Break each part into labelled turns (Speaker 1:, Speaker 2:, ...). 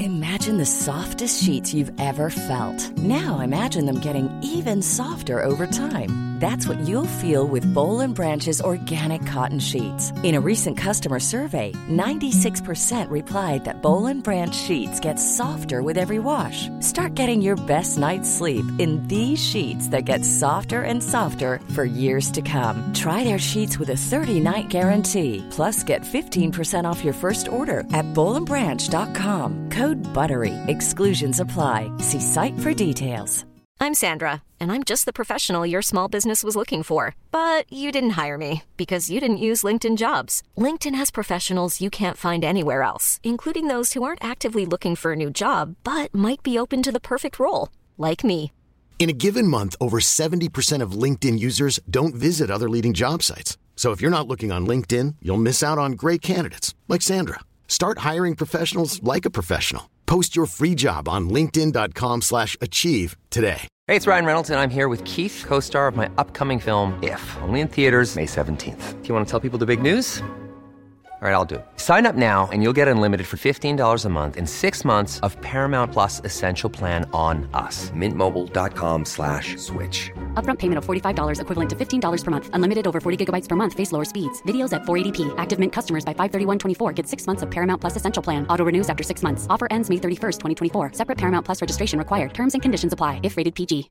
Speaker 1: Imagine the softest sheets you've ever felt. Now imagine them getting even softer over time. That's what you'll feel with Boll & Branch's organic cotton sheets. In a recent customer survey, 96% replied that Boll & Branch sheets get softer with every wash. Start getting your best night's sleep in these sheets that get softer and softer for years to come. Try their sheets with a 30-night guarantee. Plus, get 15% off your first order at bollandbranch.com. Code BUTTERY. Exclusions apply. See site for details.
Speaker 2: I'm Sandra, and I'm just the professional your small business was looking for. But you didn't hire me because you didn't use LinkedIn Jobs. LinkedIn has professionals you can't find anywhere else, including those who aren't actively looking for a new job, but might be open to the perfect role, like me.
Speaker 3: In a given month, over 70% of LinkedIn users don't visit other leading job sites. So if you're not looking on LinkedIn, you'll miss out on great candidates like Sandra. Start hiring professionals like a professional. Post your free job on linkedin.com/achieve today.
Speaker 4: Hey, it's Ryan Reynolds, and I'm here with Keith, co-star of my upcoming film, If, only in theaters May 17th. Do you want to tell people the big news? All right, I'll do it. Sign up now and you'll get unlimited for $15 a month and 6 months of Paramount Plus Essential Plan on us. MintMobile.com/switch.
Speaker 5: Upfront payment of $45 equivalent to $15 per month. Unlimited over 40 gigabytes per month. Face lower speeds. Videos at 480p. Active Mint customers by 531.24 get 6 months of Paramount Plus Essential Plan. Auto renews after 6 months. Offer ends May 31st, 2024. Separate Paramount Plus registration required. Terms and conditions apply if rated PG.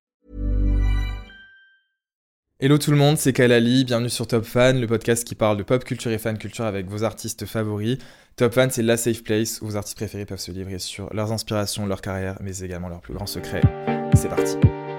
Speaker 6: Hello tout le monde, c'est Kalali, bienvenue sur Top Fan, le podcast qui parle de pop culture et fan culture avec vos artistes favoris. Top Fan, c'est la safe place où vos artistes préférés peuvent se livrer sur leurs inspirations, leur carrière, mais également leurs plus grands secrets. C'est parti.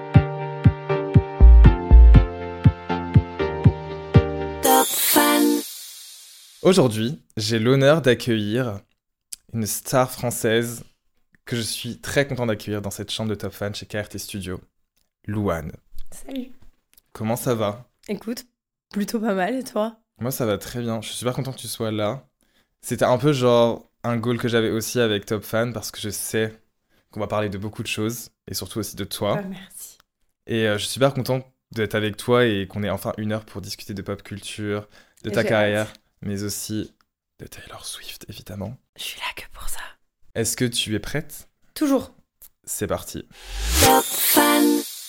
Speaker 7: Top Fan.
Speaker 6: Aujourd'hui, j'ai l'honneur d'accueillir une star française que je suis très content d'accueillir dans cette chambre de Top Fan chez KRT Studio, Louane.
Speaker 8: Salut.
Speaker 6: Comment ça va ?
Speaker 8: Écoute, plutôt pas mal, et toi ?
Speaker 6: Moi, ça va très bien. Je suis super content que tu sois là. C'était un peu genre un goal que j'avais aussi avec Top Fan parce que je sais qu'on va parler de beaucoup de choses et surtout aussi de toi.
Speaker 8: Merci.
Speaker 6: Et je suis super content d'être avec toi et qu'on ait enfin 1 heure pour discuter de pop culture, de ta carrière, mais aussi de Taylor Swift, évidemment.
Speaker 8: Je suis là que pour ça.
Speaker 6: Est-ce que tu es prête ?
Speaker 8: Toujours.
Speaker 6: C'est parti.
Speaker 7: Top Fan.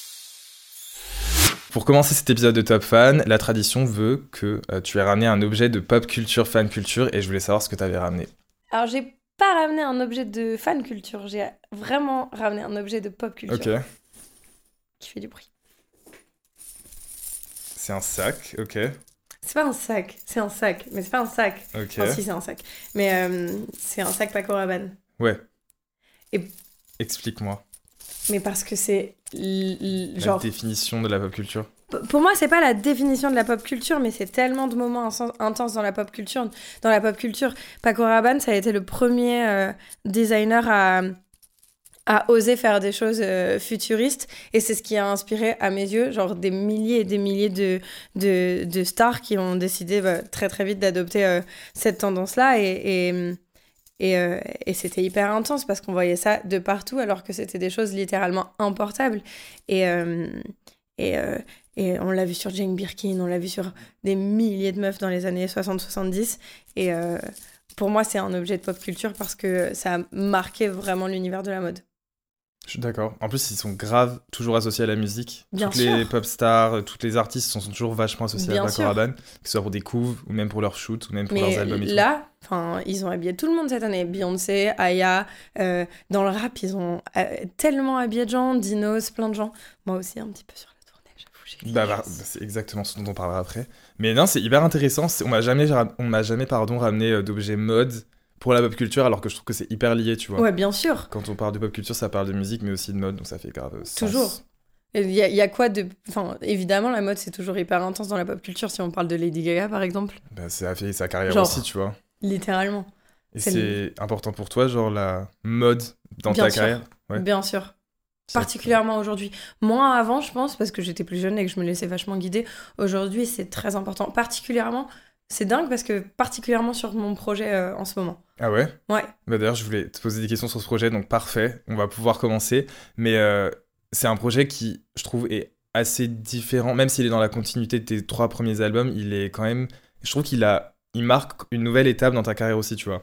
Speaker 6: Pour commencer cet épisode de Top Fan, la tradition veut que tu aies ramené un objet de pop culture, fan culture, et je voulais savoir ce que tu avais ramené.
Speaker 8: Alors, j'ai pas ramené un objet de fan culture, j'ai vraiment ramené un objet de pop culture.
Speaker 6: Ok.
Speaker 8: Qui fait du bruit.
Speaker 6: C'est un sac, ok.
Speaker 8: C'est pas un sac, c'est un sac, mais c'est pas un sac.
Speaker 6: Ok.
Speaker 8: Enfin, si, c'est un sac. Mais c'est un sac Paco Rabanne.
Speaker 6: Ouais.
Speaker 8: Et...
Speaker 6: Explique-moi.
Speaker 8: Mais parce que c'est
Speaker 6: La définition de la pop culture.
Speaker 8: Pour moi, c'est pas la définition de la pop culture, mais c'est tellement de moments intenses dans la pop culture. Dans la pop culture, Paco Rabanne, ça a été le premier designer à oser faire des choses futuristes. Et c'est ce qui a inspiré, à mes yeux, genre des milliers et des milliers de stars qui ont décidé très très vite d'adopter cette tendance-là. Et c'était hyper intense parce qu'on voyait ça de partout alors que c'était des choses littéralement importables. Et on l'a vu sur Jane Birkin, on l'a vu sur des milliers de meufs dans les années 60-70. Et pour moi, c'est un objet de pop culture parce que ça a marqué vraiment l'univers de la mode.
Speaker 6: Je suis d'accord. En plus, ils sont grave toujours associés à la musique.
Speaker 8: Bien
Speaker 6: Toutes
Speaker 8: sûr.
Speaker 6: les pop stars, tous les artistes sont toujours vachement associés
Speaker 8: Bien
Speaker 6: à Paco
Speaker 8: sûr.
Speaker 6: Rabanne, que ce soit pour des couves ou même pour leurs shoots ou même pour
Speaker 8: Mais
Speaker 6: leurs albums et
Speaker 8: là, ils ont habillé tout le monde cette année. Beyoncé, Aya, dans le rap, ils ont tellement habillé de gens, Dinos, plein de gens. Moi aussi, un petit peu sur la tournée, j'avoue. J'ai
Speaker 6: c'est exactement ce dont on parlera après. Mais non, c'est hyper intéressant. On m'a jamais ramené d'objets mode pour la pop culture, alors que je trouve que c'est hyper lié, tu vois.
Speaker 8: Ouais, bien sûr.
Speaker 6: Quand on parle de pop culture, ça parle de musique, mais aussi de mode, donc ça fait grave sens.
Speaker 8: Toujours. Il y a quoi de... Enfin, évidemment, la mode, c'est toujours hyper intense dans la pop culture, si on parle de Lady Gaga, par exemple.
Speaker 6: Bah, ça a fait sa carrière
Speaker 8: Genre,
Speaker 6: aussi, tu vois.
Speaker 8: Littéralement.
Speaker 6: Et c'est important pour toi, genre la mode dans
Speaker 8: Bien
Speaker 6: ta
Speaker 8: sûr.
Speaker 6: carrière. Ouais.
Speaker 8: Bien sûr. Particulièrement aujourd'hui. Moins avant, je pense, parce que j'étais plus jeune et que je me laissais vachement guider. Aujourd'hui, c'est très important. Particulièrement, c'est dingue parce que particulièrement sur mon projet en ce moment.
Speaker 6: Ah ouais ?
Speaker 8: Ouais.
Speaker 6: Bah d'ailleurs, je voulais te poser des questions sur ce projet, donc parfait, on va pouvoir commencer. Mais c'est un projet qui, je trouve, est assez différent. Même s'il est dans la continuité de tes 3 premiers albums, il est quand même... Je trouve il marque une nouvelle étape dans ta carrière aussi, tu vois.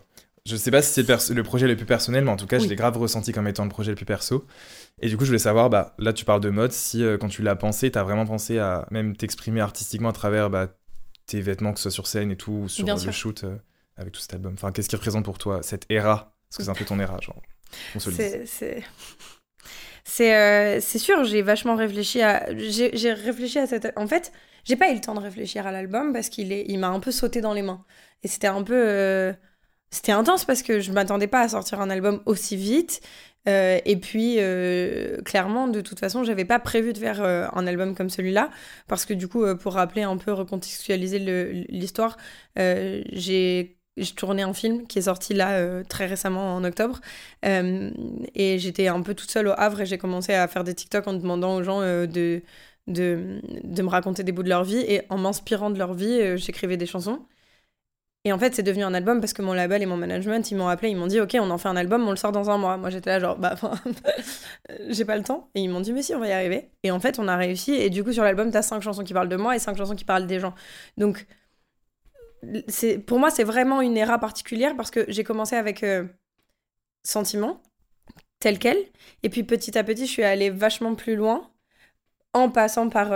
Speaker 6: Je sais pas si c'est le projet le plus personnel, mais en tout cas, je l'ai grave ressenti comme étant le projet le plus perso. Et du coup, je voulais savoir, là, tu parles de mode, si quand tu l'as pensé, t'as vraiment pensé à même t'exprimer artistiquement à travers tes vêtements, que ce soit sur scène et tout, ou sur le shoot avec tout cet album. Enfin, qu'est-ce qui représente pour toi cette era? Parce que c'est un peu ton era, genre. On se le dit.
Speaker 8: C'est sûr, j'ai vachement réfléchi à... J'ai réfléchi à cette... En fait, j'ai pas eu le temps de réfléchir à l'album parce il m'a un peu sauté dans les mains. Et c'était un peu... C'était intense parce que je m'attendais pas à sortir un album aussi vite. Et puis, clairement, de toute façon, j'avais pas prévu de faire un album comme celui-là. Parce que du coup, pour rappeler un peu, recontextualiser l'histoire, j'ai tourné un film qui est sorti là très récemment en octobre. Et j'étais un peu toute seule au Havre et j'ai commencé à faire des TikTok en demandant aux gens de me raconter des bouts de leur vie. Et en m'inspirant de leur vie, j'écrivais des chansons. Et en fait, c'est devenu un album parce que mon label et mon management, ils m'ont appelé, ils m'ont dit « Ok, on en fait un album, on le sort dans 1 mois. » Moi, j'étais là genre « j'ai pas le temps. » Et ils m'ont dit « Mais si, on va y arriver. » Et en fait, on a réussi. Et du coup, sur l'album, t'as 5 chansons qui parlent de moi et 5 chansons qui parlent des gens. Donc, pour moi, c'est vraiment une era particulière parce que j'ai commencé avec Sentiment, tel quel. Et puis, petit à petit, je suis allée vachement plus loin en passant par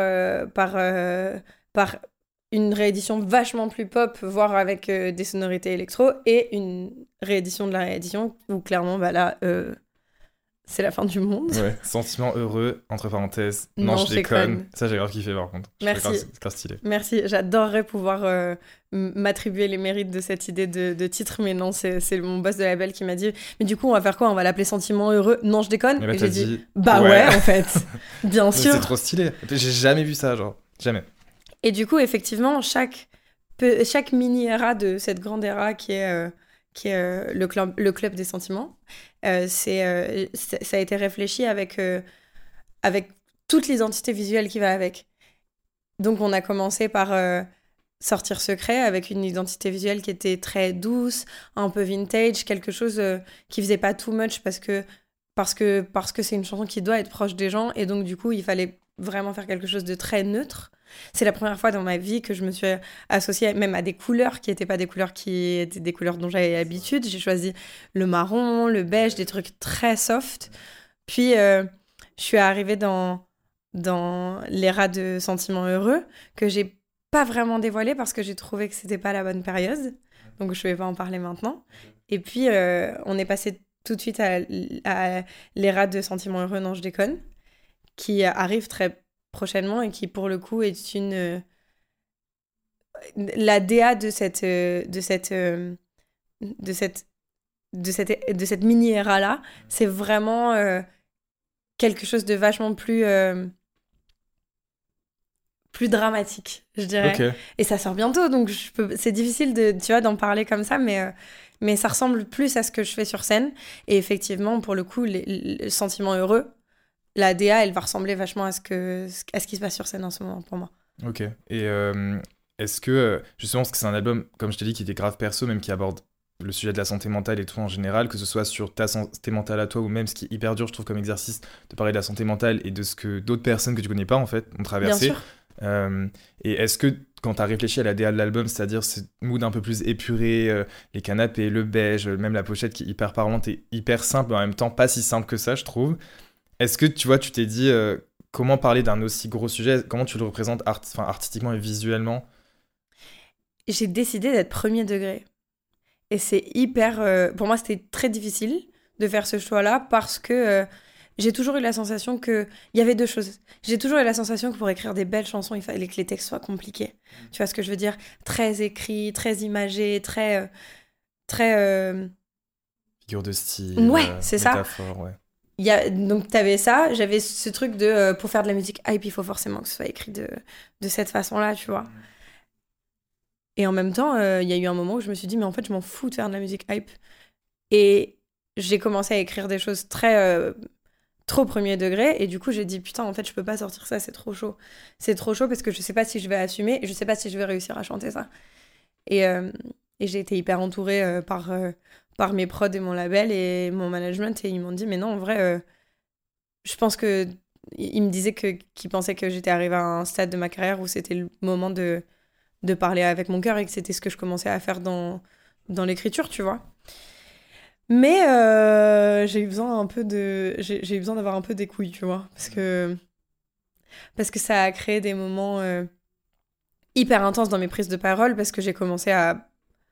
Speaker 8: une réédition vachement plus pop, voire avec des sonorités électro, et une réédition de la réédition où clairement, là, c'est la fin du monde.
Speaker 6: Ouais, Sentiment heureux, entre parenthèses, non je déconne. Ça, j'ai grave kiffé par contre.
Speaker 8: Merci.
Speaker 6: C'est grave stylé.
Speaker 8: Merci, j'adorerais pouvoir m'attribuer les mérites de cette idée de titre, mais non, c'est mon boss de label qui m'a dit « Mais du coup, on va faire quoi? On va l'appeler Sentiment heureux? Non, je déconne. » Et j'ai dit « ouais, en fait, bien sûr. »
Speaker 6: C'est trop stylé. J'ai jamais vu ça, genre, jamais.
Speaker 8: Et du coup, effectivement, chaque mini-era de cette grande era qui est le club des sentiments, ça a été réfléchi avec toute l'identité visuelle qui va avec. Donc, on a commencé par Sortir Secret avec une identité visuelle qui était très douce, un peu vintage, quelque chose qui faisait pas too much parce que c'est une chanson qui doit être proche des gens. Et donc, du coup, il fallait vraiment faire quelque chose de très neutre. C'est la première fois dans ma vie que je me suis associée même à des couleurs qui n'étaient pas des couleurs qui étaient des couleurs dont j'avais l'habitude. J'ai choisi le marron, le beige, des trucs très soft. Puis, je suis arrivée dans l'era de Sentiments heureux que j'ai pas vraiment dévoilé parce que j'ai trouvé que c'était pas la bonne période. Donc, je vais pas en parler maintenant. Et puis, on est passé tout de suite à l'era de Sentiments heureux, non, je déconne, qui arrive très prochainement et qui pour le coup est la DA de cette mini era là, c'est vraiment quelque chose de vachement plus dramatique, je dirais. Okay. Et ça sort bientôt, donc c'est difficile d'en parler comme ça, mais ça ressemble plus à ce que je fais sur scène. Et effectivement, pour le coup, les sentiments heureux, la DA, elle va ressembler vachement à ce qui se passe sur scène en ce moment, pour moi.
Speaker 6: Ok. Et est-ce que, justement, parce que c'est un album, comme je t'ai dit, qui était grave perso, même qui aborde le sujet de la santé mentale et tout en général, que ce soit sur ta santé mentale à toi ou même ce qui est hyper dur, je trouve, comme exercice, de parler de la santé mentale et de ce que d'autres personnes que tu connais pas, en fait, ont traversé.
Speaker 8: Bien sûr.
Speaker 6: Et est-ce que, quand t'as réfléchi à la DA de l'album, c'est-à-dire ce mood un peu plus épuré, les canapés, le beige, même la pochette qui est hyper parlante et hyper simple, mais en même temps pas si simple que ça, je trouve. Est-ce que, tu vois, tu t'es dit comment parler d'un aussi gros sujet? Comment tu le représentes artistiquement et visuellement?
Speaker 8: J'ai décidé d'être premier degré. Et c'est hyper... pour moi, c'était très difficile de faire ce choix-là parce que j'ai toujours eu la sensation qu'il y avait deux choses. J'ai toujours eu la sensation que pour écrire des belles chansons, il fallait que les textes soient compliqués. Tu vois ce que je veux dire? Très écrit, très imagé, très...
Speaker 6: Figure de style,
Speaker 8: ouais, c'est
Speaker 6: métaphore, ça. Ouais.
Speaker 8: Donc t'avais ça, j'avais ce truc de pour faire de la musique hype, il faut forcément que ce soit écrit de cette façon-là, tu vois. Et en même temps, il y a eu un moment où je me suis dit, mais en fait, je m'en fous de faire de la musique hype. Et j'ai commencé à écrire des choses trop premier degré, et du coup, j'ai dit, putain, en fait, je peux pas sortir ça, c'est trop chaud. C'est trop chaud parce que je sais pas si je vais assumer, et je sais pas si je vais réussir à chanter ça. Et j'ai été hyper entourée par mes prods et mon label et mon management, et ils m'ont dit mais non, en vrai je pense que ils me disaient qu'ils pensaient que j'étais arrivée à un stade de ma carrière où c'était le moment de parler avec mon cœur et que c'était ce que je commençais à faire dans l'écriture, tu vois. Mais j'ai eu besoin j'ai eu besoin d'avoir un peu des couilles, tu vois. Parce que ça a créé des moments hyper intenses dans mes prises de parole, parce que j'ai commencé à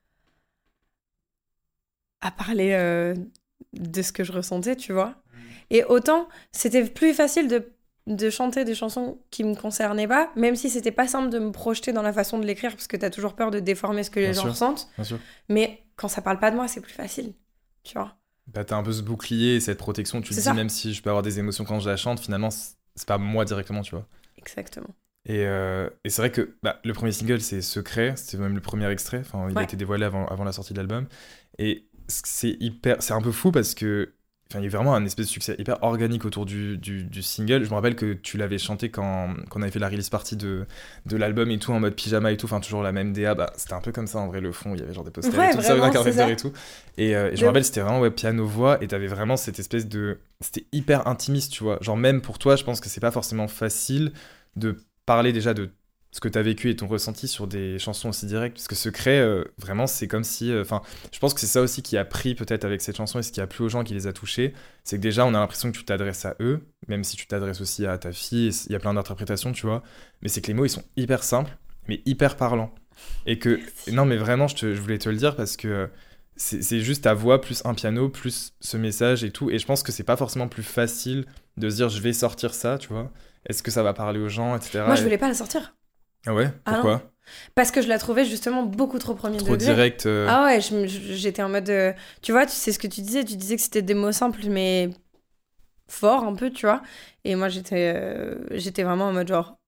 Speaker 8: parler de ce que je ressentais, tu vois. Et autant, c'était plus facile de chanter des chansons qui me concernaient pas, même si c'était pas simple de me projeter dans la façon de l'écrire, parce que t'as toujours peur de déformer ce que les gens ressentent.
Speaker 6: Bien sûr.
Speaker 8: Mais quand ça parle pas de moi, c'est plus facile, tu vois.
Speaker 6: Bah, t'as un peu ce bouclier et cette protection. Tu te dis, même si je peux avoir des émotions quand je la chante, finalement, c'est pas moi directement, tu vois.
Speaker 8: Exactement.
Speaker 6: Et c'est vrai que le premier single, c'est Secret. C'était même le premier extrait. Enfin, il a été dévoilé avant la sortie de l'album. Et c'est un peu fou parce que il y a vraiment un espèce de succès hyper organique autour du single. Je me rappelle que tu l'avais chanté quand on avait fait la release party de l'album et tout, en mode pyjama et tout, enfin toujours la même DA. C'était un peu comme ça en vrai, le fond, il y avait genre des posters et tout, ça, un caractère et tout. Et je me rappelle, c'était vraiment piano-voix, et t'avais vraiment cette espèce de... C'était hyper intimiste, tu vois. Genre même pour toi, je pense que c'est pas forcément facile de parler déjà de ce que t'as vécu et ton ressenti sur des chansons aussi directes, parce que Secret, vraiment, c'est comme si... je pense que c'est ça aussi qui a pris peut-être avec cette chanson, et ce qui a plu aux gens, qui les a touchés, c'est que déjà, on a l'impression que tu t'adresses à eux, même si tu t'adresses aussi à ta fille, il y a plein d'interprétations, tu vois, mais c'est que les mots, ils sont hyper simples, mais hyper parlants. Et que... Non, mais vraiment, je voulais te le dire, parce que c'est juste ta voix, plus un piano, plus ce message et tout, et je pense que c'est pas forcément plus facile de se dire, je vais sortir ça, tu vois, est-ce que ça va parler aux gens, etc.
Speaker 8: Moi, je voulais pas la sortir.
Speaker 6: Ah ouais? Pourquoi?
Speaker 8: Parce que je la trouvais justement beaucoup trop premier degré.
Speaker 6: Trop direct.
Speaker 8: Ah ouais, j'étais en mode... tu vois, c'est ce que tu disais que c'était des mots simples, mais forts un peu, tu vois. Et moi, j'étais vraiment en mode genre...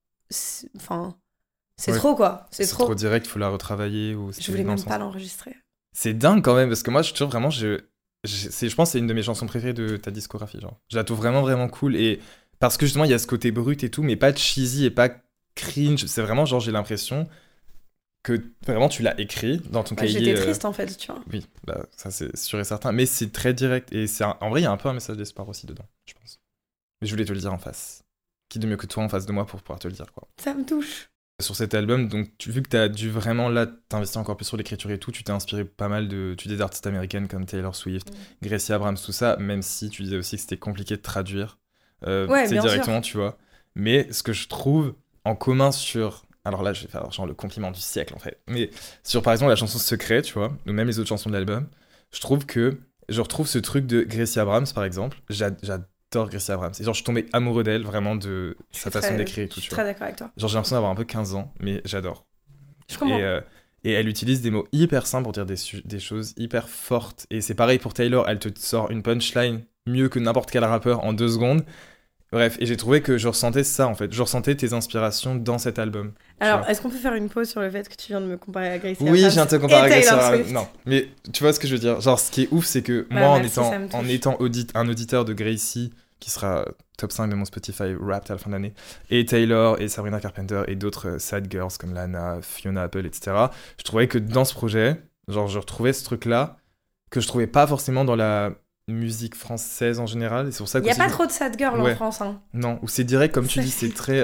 Speaker 8: C'est trop, quoi. C'est trop
Speaker 6: direct, faut la retravailler.
Speaker 8: Je voulais même pas l'enregistrer.
Speaker 6: C'est dingue quand même, parce que moi, je trouve vraiment... je pense que c'est une de mes chansons préférées de ta discographie, genre. Je la trouve vraiment, vraiment cool, et parce que justement, il y a ce côté brut et tout, mais pas cheesy et pas cringe. C'est vraiment genre, j'ai l'impression que vraiment tu l'as écrit dans ton cahier.
Speaker 8: J'étais triste en fait, tu vois.
Speaker 6: Oui, ça c'est sûr et certain, mais c'est très direct, et en vrai il y a un peu un message d'espoir aussi dedans, je pense. Mais je voulais te le dire en face. Qui de mieux que toi en face de moi pour pouvoir te le dire, quoi.
Speaker 8: Ça me touche.
Speaker 6: Sur cet album, donc vu que t'as dû vraiment là t'investir encore plus sur l'écriture et tout, tu t'es inspiré pas mal d'artistes américaines comme Taylor Swift, Gracie Abrams, tout ça, même si tu disais aussi que c'était compliqué de traduire directement, sûr. Tu vois. Mais ce que je trouve en commun sur... Alors là, je vais faire genre le compliment du siècle, en fait. Mais sur, par exemple, la chanson Secret, tu vois, ou même les autres chansons de l'album, je trouve que je retrouve ce truc de Gracie Abrams, par exemple. J'adore Gracie Abrams. Et genre, je suis tombé amoureux d'elle, vraiment, de sa façon d'écrire et tout, tu vois.
Speaker 8: Je suis très d'accord avec toi.
Speaker 6: Genre, j'ai l'impression d'avoir un peu 15 ans, mais j'adore.
Speaker 8: Je comprends.
Speaker 6: Et elle utilise des mots hyper simples pour dire des choses hyper fortes. Et c'est pareil pour Taylor, elle te sort une punchline mieux que n'importe quel rappeur en 2 secondes. Bref, et j'ai trouvé que je ressentais ça, en fait. Je ressentais tes inspirations dans cet album.
Speaker 8: Alors, est-ce qu'on peut faire une pause sur le fait que tu viens de me comparer à Gracie Abrams?
Speaker 6: Oui, je viens de te comparer à Gracie
Speaker 8: Abrams.
Speaker 6: Non, mais tu vois ce que je veux dire. Genre, ce qui est ouf, c'est que moi, en étant un auditeur de Gracie, qui sera top 5 de mon Spotify Wrapped à la fin de l'année, et Taylor, et Sabrina Carpenter, et d'autres sad girls comme Lana, Fiona Apple, etc., je trouvais que dans ce projet, genre, je retrouvais ce truc-là, que je trouvais pas forcément dans la musique française en général, et c'est pour ça que...
Speaker 8: Il n'y a pas trop de sad girl en France, hein.
Speaker 6: Non, ou c'est direct, comme tu dis, c'est très...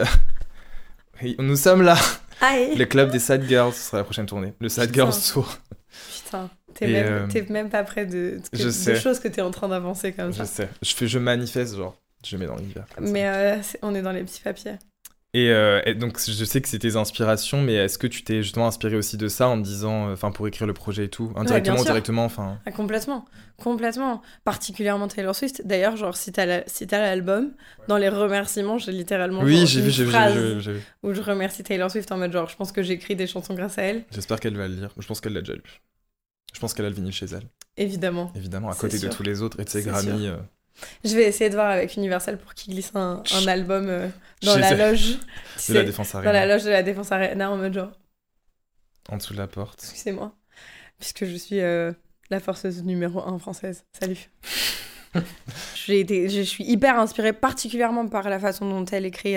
Speaker 6: Nous sommes là.
Speaker 8: Aïe.
Speaker 6: Le club des sad girls, ce sera la prochaine tournée. Le sad girls tour.
Speaker 8: Putain, t'es même pas près de choses que t'es en train d'avancer comme ça.
Speaker 6: Je sais. Je manifeste, genre, je mets dans l'univers.
Speaker 8: Mais on est dans les petits papiers.
Speaker 6: Et donc, je sais que c'est tes inspirations, mais est-ce que tu t'es justement inspiré aussi de ça en te disant, pour écrire le projet et tout, indirectement ou directement, enfin.
Speaker 8: Ah, complètement. Particulièrement Taylor Swift. D'ailleurs, genre, si t'as l'album, dans les remerciements, j'ai littéralement
Speaker 6: j'ai vu.
Speaker 8: où je remercie Taylor Swift en mode genre, je pense que j'écris des chansons grâce à elle.
Speaker 6: J'espère qu'elle va le lire. Je pense qu'elle l'a déjà lu. Je pense qu'elle a le vinyle chez elle.
Speaker 8: Évidemment,
Speaker 6: à côté de tous les autres et de ses Grammy.
Speaker 8: Je vais essayer de voir avec Universal pour qu'ils glissent un album dans la loge.
Speaker 6: De la Défense Arena.
Speaker 8: Dans la loge de la Défense Arena, en mode genre...
Speaker 6: En dessous de la porte.
Speaker 8: Excusez-moi. Puisque je suis la forceuse numéro 1 française. Salut. Je suis hyper inspirée, particulièrement par la façon dont elle écrit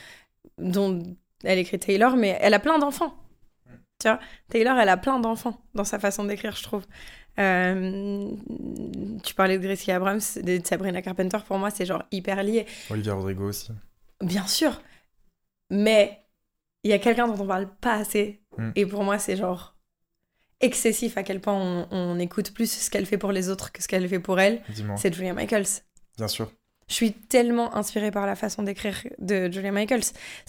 Speaker 8: Taylor, mais elle a plein d'enfants. Tu vois, Taylor, elle a plein d'enfants dans sa façon d'écrire, je trouve. Tu parlais de Gracie Abrams, de Sabrina Carpenter, pour moi c'est genre hyper lié.
Speaker 6: Olivia Rodrigo aussi.
Speaker 8: Bien sûr, mais il y a quelqu'un dont on parle pas assez, et pour moi c'est genre excessif à quel point on écoute plus ce qu'elle fait pour les autres que ce qu'elle fait pour elle,
Speaker 6: Dis-moi.
Speaker 8: c'est Julia Michaels.
Speaker 6: Bien sûr.
Speaker 8: Je suis tellement inspirée par la façon d'écrire de Julia Michaels.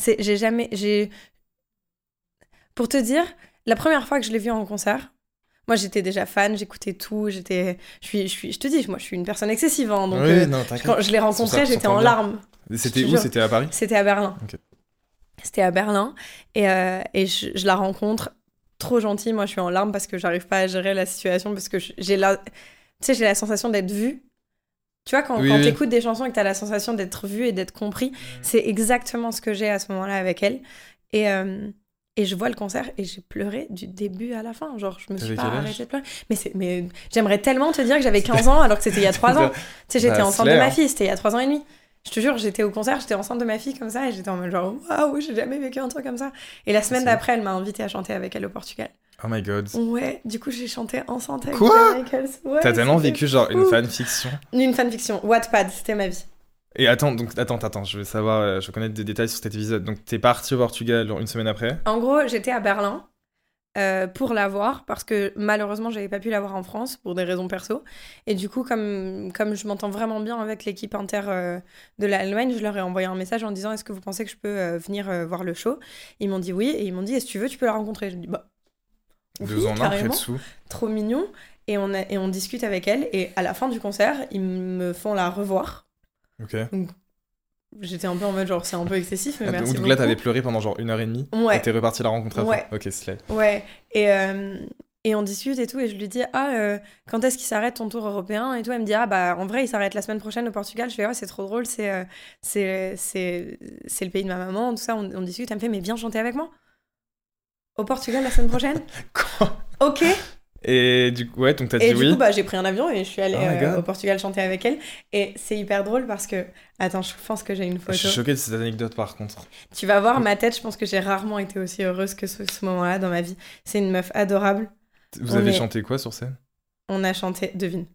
Speaker 8: Pour te dire, la première fois que je l'ai vue en concert, moi j'étais déjà fan, j'écoutais tout, je te dis, moi je suis une personne excessive, hein, donc quand je l'ai rencontrée, j'étais en larmes.
Speaker 6: C'était où? C'était à Paris?
Speaker 8: C'était à Berlin.
Speaker 6: Okay.
Speaker 8: C'était à Berlin, et je la rencontre, trop gentille, moi je suis en larmes parce que j'arrive pas à gérer la situation, parce que j'ai la sensation d'être vue. Tu vois, quand t'écoutes des chansons et que t'as la sensation d'être vu et d'être compris, c'est exactement ce que j'ai à ce moment-là avec elle. Et je vois le concert et j'ai pleuré du début à la fin. Genre, je me suis pas arrêtée de pleurer. Mais j'aimerais tellement te dire que j'avais 15 ans alors que c'était il y a 3 ans. Tu sais, j'étais enceinte de ma fille, c'était il y a 3 ans et demi. Je te jure, j'étais au concert, j'étais enceinte de ma fille comme ça et j'étais en mode genre, waouh, j'ai jamais vécu un truc comme ça. Et la semaine d'après, elle m'a invitée à chanter avec elle au Portugal.
Speaker 6: Oh my god.
Speaker 8: Ouais, du coup, j'ai chanté enceinte avec
Speaker 6: Quoi?
Speaker 8: Michaels. Ouais,
Speaker 6: t'as tellement vécu genre une fanfiction.
Speaker 8: Une fanfiction. Wattpad, c'était ma vie.
Speaker 6: Et attends, je veux savoir, je veux connaître des détails sur cet épisode. Donc, t'es partie au Portugal une semaine après?
Speaker 8: En gros, j'étais à Berlin pour la voir, parce que malheureusement, j'avais pas pu la voir en France pour des raisons perso. Et du coup, comme je m'entends vraiment bien avec l'équipe inter de l'Allemagne, je leur ai envoyé un message en disant: est-ce que vous pensez que je peux venir voir le show? Ils m'ont dit oui, et ils m'ont dit: est-ce que tu veux, tu peux la rencontrer. Je dis bah.
Speaker 6: 2 ans après dessous.
Speaker 8: Trop mignon. Et on discute avec elle, et à la fin du concert, ils me font la revoir.
Speaker 6: Ok.
Speaker 8: Donc, j'étais un peu en mode genre c'est un peu excessif, mais merci
Speaker 6: donc
Speaker 8: beaucoup.
Speaker 6: là t'avais pleuré pendant genre 1h30.
Speaker 8: Ouais.
Speaker 6: Et t'es reparti la rencontrer après.
Speaker 8: Ouais.
Speaker 6: Ok, slay.
Speaker 8: Ouais. Et on discute et tout, et je lui dis quand est-ce qu'il s'arrête ton tour européen et tout. Elle me dit bah en vrai il s'arrête la semaine prochaine au Portugal. Je fais ouais, c'est trop drôle, c'est le pays de ma maman, tout ça. On discute. Elle me fait mais viens chanter avec moi au Portugal la semaine prochaine.
Speaker 6: Quoi?
Speaker 8: Ok.
Speaker 6: Et du coup, ouais, donc t'as dit oui.
Speaker 8: Et du coup, j'ai pris un avion et je suis allée au Portugal chanter avec elle. Et c'est hyper drôle parce que... Attends, je pense que j'ai une photo.
Speaker 6: Je suis choquée de cette anecdote par contre.
Speaker 8: Tu vas voir ma tête, je pense que j'ai rarement été aussi heureuse que ce moment-là dans ma vie. C'est une meuf adorable.
Speaker 6: Vous avez chanté quoi sur scène?
Speaker 8: On a chanté, devine.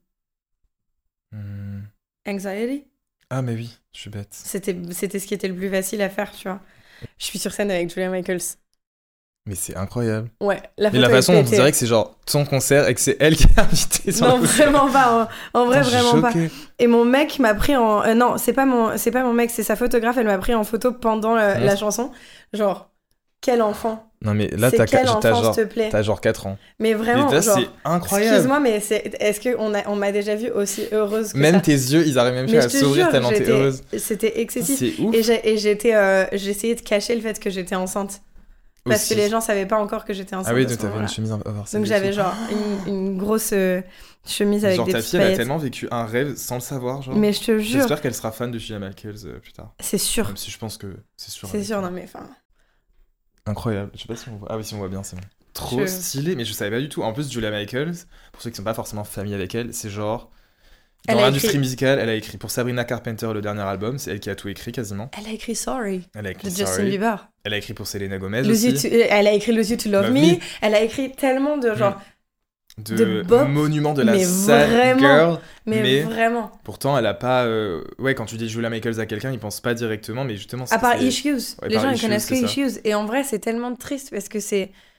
Speaker 8: Anxiety.
Speaker 6: Ah mais oui, je suis bête.
Speaker 8: C'était ce qui était le plus facile à faire, tu vois. Je suis sur scène avec Julia Michaels.
Speaker 6: Mais c'est incroyable.
Speaker 8: Ouais,
Speaker 6: la façon dont on dirait que c'est genre son concert et que c'est elle qui est invitée sur
Speaker 8: non, vraiment pas. En vrai, vraiment pas. Et mon mec m'a pris en... non, c'est pas mon mec, c'est sa photographe. Elle m'a pris en photo pendant la chanson. Genre, quel enfant.
Speaker 6: Non mais là, t'as genre 4 ans.
Speaker 8: Mais vraiment,
Speaker 6: là,
Speaker 8: genre...
Speaker 6: c'est incroyable.
Speaker 8: Excuse-moi, mais est-ce qu'on m'a déjà vue aussi heureuse que
Speaker 6: même
Speaker 8: ça?
Speaker 6: Tes yeux, ils arrivent même pas à s'ouvrir tellement t'es heureuse.
Speaker 8: C'était excessif.
Speaker 6: C'est ouf.
Speaker 8: Et j'essayais de cacher le fait que j'étais enceinte. Parce que les gens savaient pas encore que j'étais enceinte.
Speaker 6: Ah oui, donc t'avais une chemise inversée.
Speaker 8: Donc j'avais genre une grosse chemise avec des petites paillettes.
Speaker 6: Genre ta fille, elle a tellement vécu un rêve sans le savoir, genre.
Speaker 8: Mais je te jure.
Speaker 6: J'espère qu'elle sera fan de Julia Michaels plus tard.
Speaker 8: C'est sûr.
Speaker 6: Même si je pense que c'est sûr.
Speaker 8: C'est sûr, non mais enfin...
Speaker 6: Incroyable. Je sais pas si on voit. Ah oui, si on voit bien, c'est bon. Trop stylé, mais je savais pas du tout. En plus, Julia Michaels, pour ceux qui sont pas forcément familiers avec elle, c'est genre... Dans l'industrie musicale, elle a écrit pour Sabrina Carpenter le dernier album, c'est elle qui a tout écrit quasiment.
Speaker 8: Elle a écrit Sorry
Speaker 6: de
Speaker 8: Justin Bieber.
Speaker 6: Elle a écrit pour Selena Gomez aussi.
Speaker 8: Elle a écrit Lose You to Love Me. Elle a écrit tellement de genre...
Speaker 6: de monuments de la sad girl.
Speaker 8: Mais vraiment.
Speaker 6: Pourtant, elle a pas... Ouais, quand tu dis Julia Michaels à quelqu'un, ils pensent pas directement, mais justement...
Speaker 8: À part Issues.
Speaker 6: Ouais,
Speaker 8: les gens, ils connaissent que Issues. Et en vrai, c'est tellement triste parce que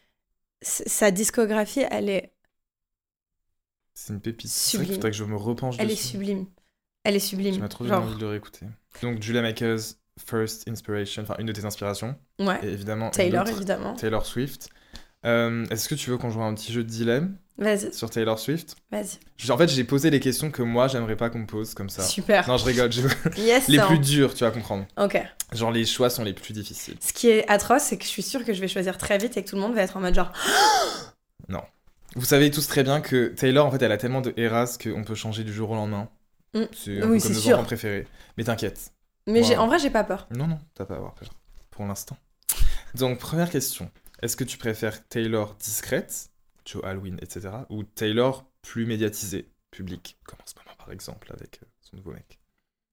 Speaker 8: sa discographie, elle est...
Speaker 6: C'est une pépite.
Speaker 8: Sublime.
Speaker 6: C'est vrai qu'il faudrait que je me repenche dessus.
Speaker 8: Elle est sublime.
Speaker 6: Tu m'as trop donné envie de le réécouter. Donc, Julia Michaels, First Inspiration, enfin une de tes inspirations.
Speaker 8: Ouais.
Speaker 6: Et évidemment,
Speaker 8: Taylor
Speaker 6: Swift. Est-ce que tu veux qu'on joue à un petit jeu de dilemme?
Speaker 8: Vas-y.
Speaker 6: Sur Taylor Swift?
Speaker 8: Vas-y.
Speaker 6: En fait, j'ai posé les questions que moi, j'aimerais pas qu'on me pose comme ça.
Speaker 8: Super.
Speaker 6: Non, je rigole.
Speaker 8: Yes,
Speaker 6: les plus dures, tu vas comprendre.
Speaker 8: Ok.
Speaker 6: Genre, les choix sont les plus difficiles.
Speaker 8: Ce qui est atroce, c'est que je suis sûre que je vais choisir très vite et que tout le monde va être en mode genre...
Speaker 6: Non. Vous savez tous très bien que Taylor, en fait, elle a tellement de eras qu'on peut changer du jour au lendemain. C'est un peu comme nos enfants préférés. Mais t'inquiète.
Speaker 8: Mais en vrai, j'ai pas peur.
Speaker 6: Non, t'as pas à avoir peur. Pour l'instant. Donc, première question. Est-ce que tu préfères Taylor discrète, Joe Alwyn, etc. ou Taylor plus médiatisée, publique, comme en ce moment, par exemple, avec son nouveau mec?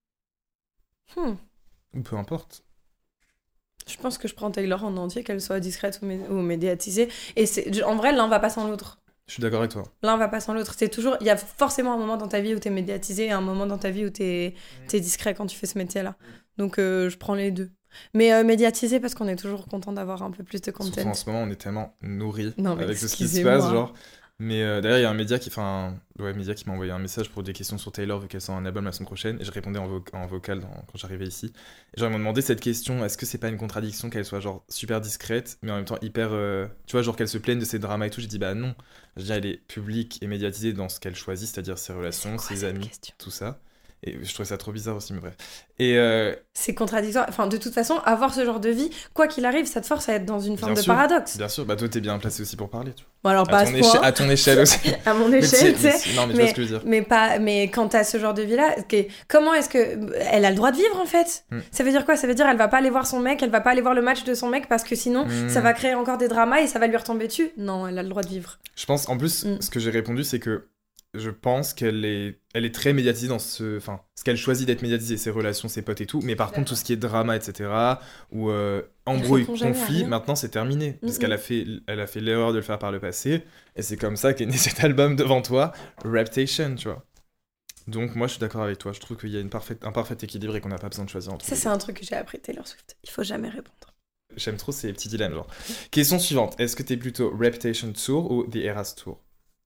Speaker 6: Ou peu importe.
Speaker 8: Je pense que je prends Taylor en entier, qu'elle soit discrète ou médiatisée. Et en vrai, l'un va pas sans l'autre.
Speaker 6: Je suis d'accord avec toi.
Speaker 8: L'un va pas sans l'autre. C'est toujours... Il y a forcément un moment dans ta vie où t'es médiatisé et un moment dans ta vie où t'es discret quand tu fais ce métier-là. Donc, je prends les deux. Mais médiatisé parce qu'on est toujours content d'avoir un peu plus de content.
Speaker 6: Surtout en ce moment, on est tellement nourris avec ce qui se
Speaker 8: excusez-moi.
Speaker 6: passe. Genre, Mais d'ailleurs, il y a un média qui m'a envoyé un message pour des questions sur Taylor, vu qu'elle sort un album la semaine prochaine, et je répondais en vocal quand j'arrivais ici. Et genre, ils m'ont demandé cette question, est-ce que c'est pas une contradiction qu'elle soit genre super discrète, mais en même temps hyper... tu vois, genre qu'elle se plaigne de ses dramas et tout. J'ai dit, bah non. Je veux dire, elle est publique et médiatisée dans ce qu'elle choisit, c'est-à-dire ses relations, ses amis, tout ça. Et je trouvais ça trop bizarre aussi, mais bref. Et
Speaker 8: c'est contradictoire. Enfin, de toute façon, avoir ce genre de vie, quoi qu'il arrive, ça te force à être dans une forme de
Speaker 6: sûr,
Speaker 8: paradoxe.
Speaker 6: Bien sûr, bah toi t'es bien placé aussi pour parler, tu vois.
Speaker 8: Bon, alors pas
Speaker 6: à ton échelle aussi.
Speaker 8: À mon échelle, tu sais.
Speaker 6: Non, mais tu vois ce que je veux dire.
Speaker 8: Mais quand t'as ce genre de vie-là, comment est-ce que elle a le droit de vivre en fait Ça veut dire quoi? Ça veut dire elle va pas aller voir son mec, elle va pas aller voir le match de son mec parce que sinon ça va créer encore des dramas et ça va lui retomber dessus. Non, elle a le droit de vivre.
Speaker 6: Je pense, en plus, ce que j'ai répondu, c'est que je pense qu'elle est très médiatisée dans ce qu'elle choisit d'être médiatisée, ses relations, ses potes et tout. Mais par contre, tout ce qui est drama, etc., ou embrouille, conflit, maintenant c'est terminé. Parce qu'elle a fait l'erreur de le faire par le passé. Et c'est comme ça qu'est né cet album devant toi, Reputation, tu vois. Donc moi, je suis d'accord avec toi. Je trouve qu'il y a un parfait équilibre et qu'on n'a pas besoin de choisir entre
Speaker 8: ça, c'est un truc que j'ai appris Taylor Swift. Il faut jamais répondre.
Speaker 6: J'aime trop ces petits dilemmes, genre. Question suivante. Est-ce que t'es plutôt Reputation Tour ou The Eras Tour?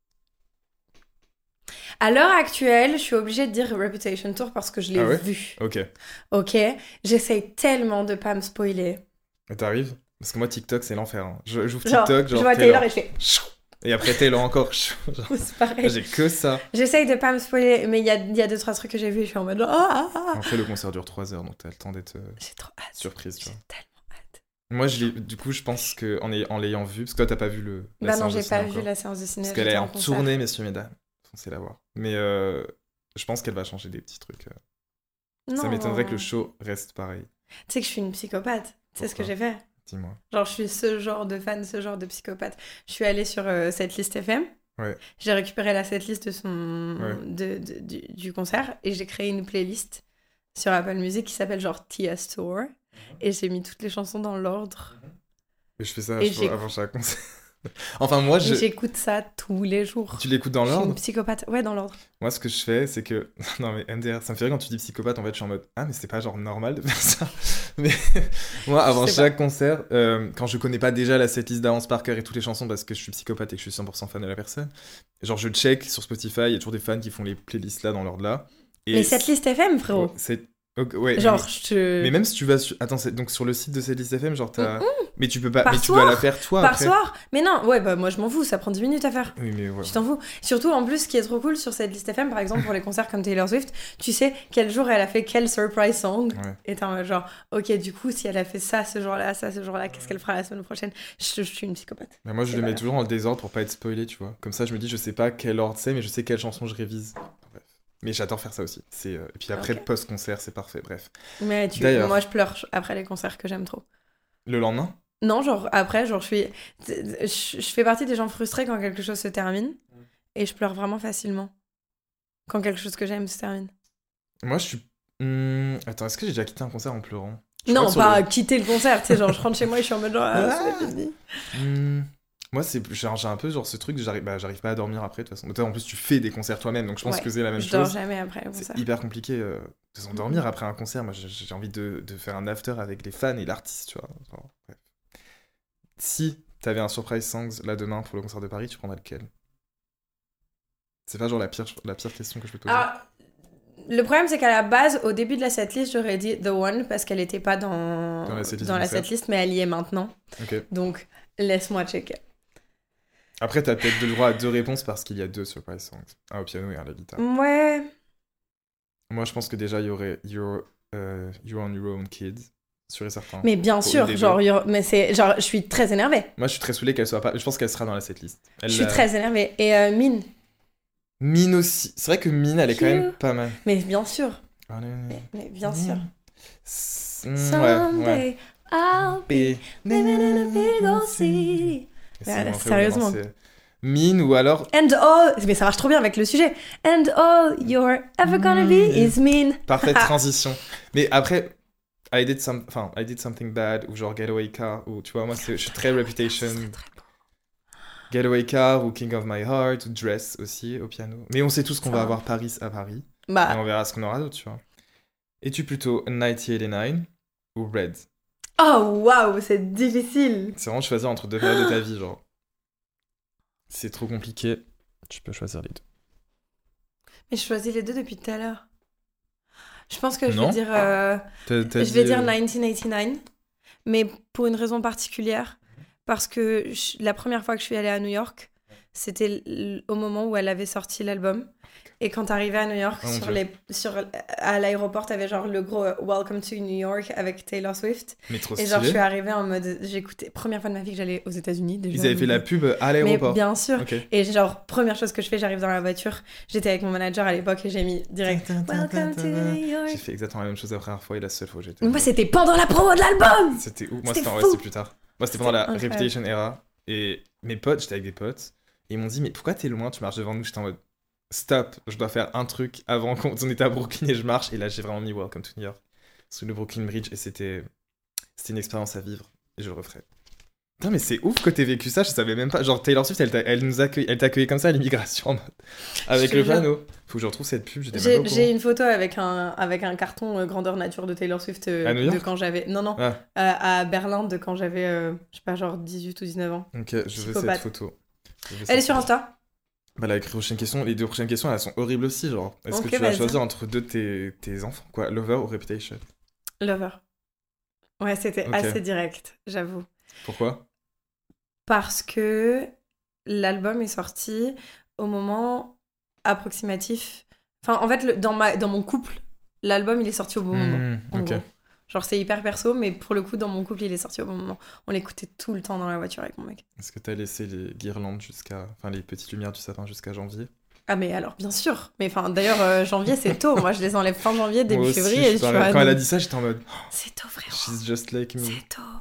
Speaker 8: À l'heure actuelle, je suis obligée de dire Reputation Tour parce que je l'ai vu. Ok. J'essaye tellement de pas me spoiler.
Speaker 6: Et t'arrives? Parce que moi, TikTok, c'est l'enfer. Hein. J'ouvre TikTok,
Speaker 8: je vois Taylor et je fais...
Speaker 6: Et après Taylor encore.
Speaker 8: C'est pareil.
Speaker 6: J'ai que ça.
Speaker 8: J'essaye de pas me spoiler, mais il y a 2-3 trucs que j'ai vus et je suis en mode...
Speaker 6: Après, le concert dure 3 heures, donc t'as le temps d'être surprise. Tu vois.
Speaker 8: J'ai tellement hâte.
Speaker 6: Moi, du coup, je pense qu'en l'ayant vu... Parce que toi, t'as pas vu la séance de cinéma.
Speaker 8: Bah non, j'ai pas vu la séance de cinéma.
Speaker 6: Parce qu'elle est en tournée, messieurs, mesdames. Foncez la voir. Mais je pense qu'elle va changer des petits trucs. Ça m'étonnerait que le show reste pareil.
Speaker 8: Tu sais que je suis une psychopathe. C'est ce que j'ai fait.
Speaker 6: Dis-moi.
Speaker 8: Genre, je suis ce genre de fan, ce genre de psychopathe. Je suis allée sur Setlist FM.
Speaker 6: Ouais.
Speaker 8: J'ai récupéré la setlist du concert et j'ai créé une playlist sur Apple Music qui s'appelle genre Tia's Tour. Et j'ai mis toutes les chansons dans l'ordre.
Speaker 6: Et je fais ça avant chaque concert. Enfin, moi,
Speaker 8: j'écoute ça tous les jours.
Speaker 6: Tu l'écoutes dans l'ordre?
Speaker 8: Je suis une psychopathe. Ouais, dans l'ordre.
Speaker 6: Moi, ce que je fais, c'est que... Non, mais MDR, ça me fait rire quand tu dis psychopathe. En fait, je suis en mode... Ah, mais c'est pas genre normal de faire ça. Mais moi, avant chaque concert, quand je connais pas déjà la setlist d'avance par cœur et toutes les chansons parce que je suis psychopathe et que je suis 100% fan de la personne, genre je check sur Spotify, il y a toujours des fans qui font les playlists là dans l'ordre là. Et
Speaker 8: mais setlist FM, frérot.
Speaker 6: Ouais,
Speaker 8: genre,
Speaker 6: mais même si tu vas attends, donc sur le site de Setlist FM, genre t'as... Mais tu peux pas... Mais tu dois la faire toi
Speaker 8: par
Speaker 6: après.
Speaker 8: soir. Mais non, ouais, bah moi je m'en fous, ça prend 10 minutes à faire.
Speaker 6: Oui, mais voilà.
Speaker 8: Je t'en fous. Surtout, en plus, ce qui est trop cool sur Setlist FM, par exemple, pour les concerts comme Taylor Swift, tu sais quel jour elle a fait quel surprise song. Ouais. Et t'es en mode genre, ok, du coup, si elle a fait ça ce jour-là, qu'est-ce qu'elle fera la semaine prochaine? Je suis une psychopathe.
Speaker 6: Mais moi, je le mets toujours en désordre pour pas être spoilé, tu vois. Comme ça, je me dis, je sais pas quel ordre c'est, mais je sais quelle chanson je révise. Bref. Mais j'adore faire ça aussi. Et puis après, le post-concert, c'est parfait, bref.
Speaker 8: Mais moi, je pleure après les concerts que j'aime trop.
Speaker 6: Le lendemain?
Speaker 8: Non, genre après, genre je fais partie des gens frustrés quand quelque chose se termine. Et je pleure vraiment facilement. Quand quelque chose que j'aime se termine.
Speaker 6: Moi, je suis... Attends, est-ce que j'ai déjà quitté un concert en pleurant?
Speaker 8: Non, pas quitter le concert, tu sais, genre je rentre chez moi et je suis en mode genre, c'est fini.
Speaker 6: Moi, j'ai un peu genre ce truc, j'arrive pas à dormir après, de toute façon. Toi, en plus, tu fais des concerts toi-même, donc je pense que c'est la même chose.
Speaker 8: Je dors jamais après le concert.
Speaker 6: C'est hyper compliqué de s'endormir après un concert. Moi, j'ai envie de faire un after avec les fans et l'artiste, tu vois. Genre, bref. Si t'avais un surprise songs là demain pour le concert de Paris, tu prendrais lequel? C'est pas genre la pire question que je peux te poser.
Speaker 8: Alors, le problème, c'est qu'à la base, au début de la setlist, j'aurais dit The One parce qu'elle était pas dans la setlist, mais elle y est maintenant.
Speaker 6: Okay.
Speaker 8: Donc, laisse-moi checker.
Speaker 6: Après, t'as peut-être le droit à 2 réponses parce qu'il y a 2 surprise songs. Un au piano et un à la guitare.
Speaker 8: Ouais.
Speaker 6: Moi, je pense que déjà, il y aurait You're on Your Own Kid, sûr et certain.
Speaker 8: Mais bien sûr, mais c'est genre, je suis très énervée.
Speaker 6: Moi, je suis très saoulée qu'elle soit pas... Je pense qu'elle sera dans la setlist.
Speaker 8: Je suis très énervée. Et Mine.
Speaker 6: Mine aussi. C'est vrai que Mine, elle est quand même pas mal.
Speaker 8: Mais bien sûr. Mais bien sûr. Someday I'll be living in a big old city. Sérieusement.
Speaker 6: Mine ou alors...
Speaker 8: Mais ça marche trop bien avec le sujet. And all you're ever gonna be is mean.
Speaker 6: Parfaite transition. Mais après, I did something bad, ou genre Getaway Car, ou tu vois, moi, je suis très Reputation.
Speaker 8: C'est très beau.
Speaker 6: Getaway Car, ou King of My Heart, ou Dress aussi, au piano. Mais on sait tous qu'on va avoir Paris à Paris. Et on verra ce qu'on aura d'autre, tu vois. Es-tu plutôt 1989 ou Red?
Speaker 8: Oh, waouh, c'est difficile.
Speaker 6: C'est vraiment choisir entre 2 périodes de ta vie, genre. C'est trop compliqué. Tu peux choisir les deux.
Speaker 8: Mais je choisis les deux depuis tout à l'heure. Je pense que je
Speaker 6: Non.
Speaker 8: vais dire... je vais dire 1989, mais pour une raison particulière. Parce que la première fois que je suis allée à New York, c'était au moment où elle avait sorti l'album. Et quand t'arrivais à New York, à l'aéroport, t'avais genre le gros Welcome to New York avec Taylor Swift.
Speaker 6: Mais trop
Speaker 8: et
Speaker 6: stylé.
Speaker 8: genre, je suis arrivée en mode... J'écoutais... Première fois de ma vie que j'allais aux États-Unis. Déjà,
Speaker 6: Ils avaient fait la pub à l'aéroport.
Speaker 8: Mais bien sûr.
Speaker 6: Ok.
Speaker 8: Et genre, première chose que je fais, j'arrive dans la voiture. J'étais avec mon manager à l'époque et j'ai mis direct Welcome to New York.
Speaker 6: J'ai fait exactement la même chose la première fois et la seule fois où j'étais.
Speaker 8: Mais moi, c'était pendant la promo de l'album.
Speaker 6: C'était où Moi,
Speaker 8: C'était
Speaker 6: c'était
Speaker 8: fou.
Speaker 6: plus tard. Moi, c'était pendant la
Speaker 8: incroyable.
Speaker 6: Reputation era. Et mes potes, j'étais avec des potes. Et ils m'ont dit, mais pourquoi t'es loin, tu marches devant nous? J'étais en mode, stop, je dois faire un truc avant qu'on était à Brooklyn et je marche. Et là, j'ai vraiment mis Welcome to New York sur le Brooklyn Bridge. Et c'était une expérience à vivre. Et je le referai. Putain, mais c'est ouf que t'aies vécu ça, je savais même pas. Genre, Taylor Swift, elle t'accueillait comme ça à l'immigration en mode. Avec le panneau. Faut que je retrouve cette pub, j'étais même pas au courant.
Speaker 8: J'ai une photo avec un carton grandeur nature de Taylor Swift
Speaker 6: à New York
Speaker 8: de quand j'avais... Non,
Speaker 6: Ah.
Speaker 8: à Berlin de quand j'avais, je sais pas, genre 18 ou 19 ans.
Speaker 6: Ok, je veux
Speaker 8: Psychopathe.
Speaker 6: cette photo.
Speaker 8: Elle est sur Insta.
Speaker 6: Bah, les deux prochaines questions, elles sont horribles aussi. Genre, est-ce
Speaker 8: Ok,
Speaker 6: que tu vas
Speaker 8: vas-y.
Speaker 6: choisir entre deux de tes enfants, quoi? Lover ou Reputation?
Speaker 8: Lover. Ouais, c'était
Speaker 6: Ok.
Speaker 8: assez direct, j'avoue.
Speaker 6: Pourquoi?
Speaker 8: Parce que l'album est sorti au moment approximatif. Enfin, en fait, dans mon couple, l'album, il est sorti au bon moment. En
Speaker 6: Ok.
Speaker 8: gros. Genre, c'est hyper perso, mais pour le coup, dans mon couple, il est sorti au bon moment. On l'écoutait tout le temps dans la voiture avec mon mec.
Speaker 6: Est-ce que t'as laissé les guirlandes enfin les petites lumières du sapin jusqu'à janvier?
Speaker 8: Ah, mais alors, bien sûr. Mais enfin, d'ailleurs, janvier, c'est tôt. Moi, je les enlève fin janvier, début
Speaker 6: Moi aussi,
Speaker 8: février.
Speaker 6: quand elle a dit ça, j'étais en mode,
Speaker 8: C'est tôt, frérot.
Speaker 6: she's just like me.
Speaker 8: C'est tôt.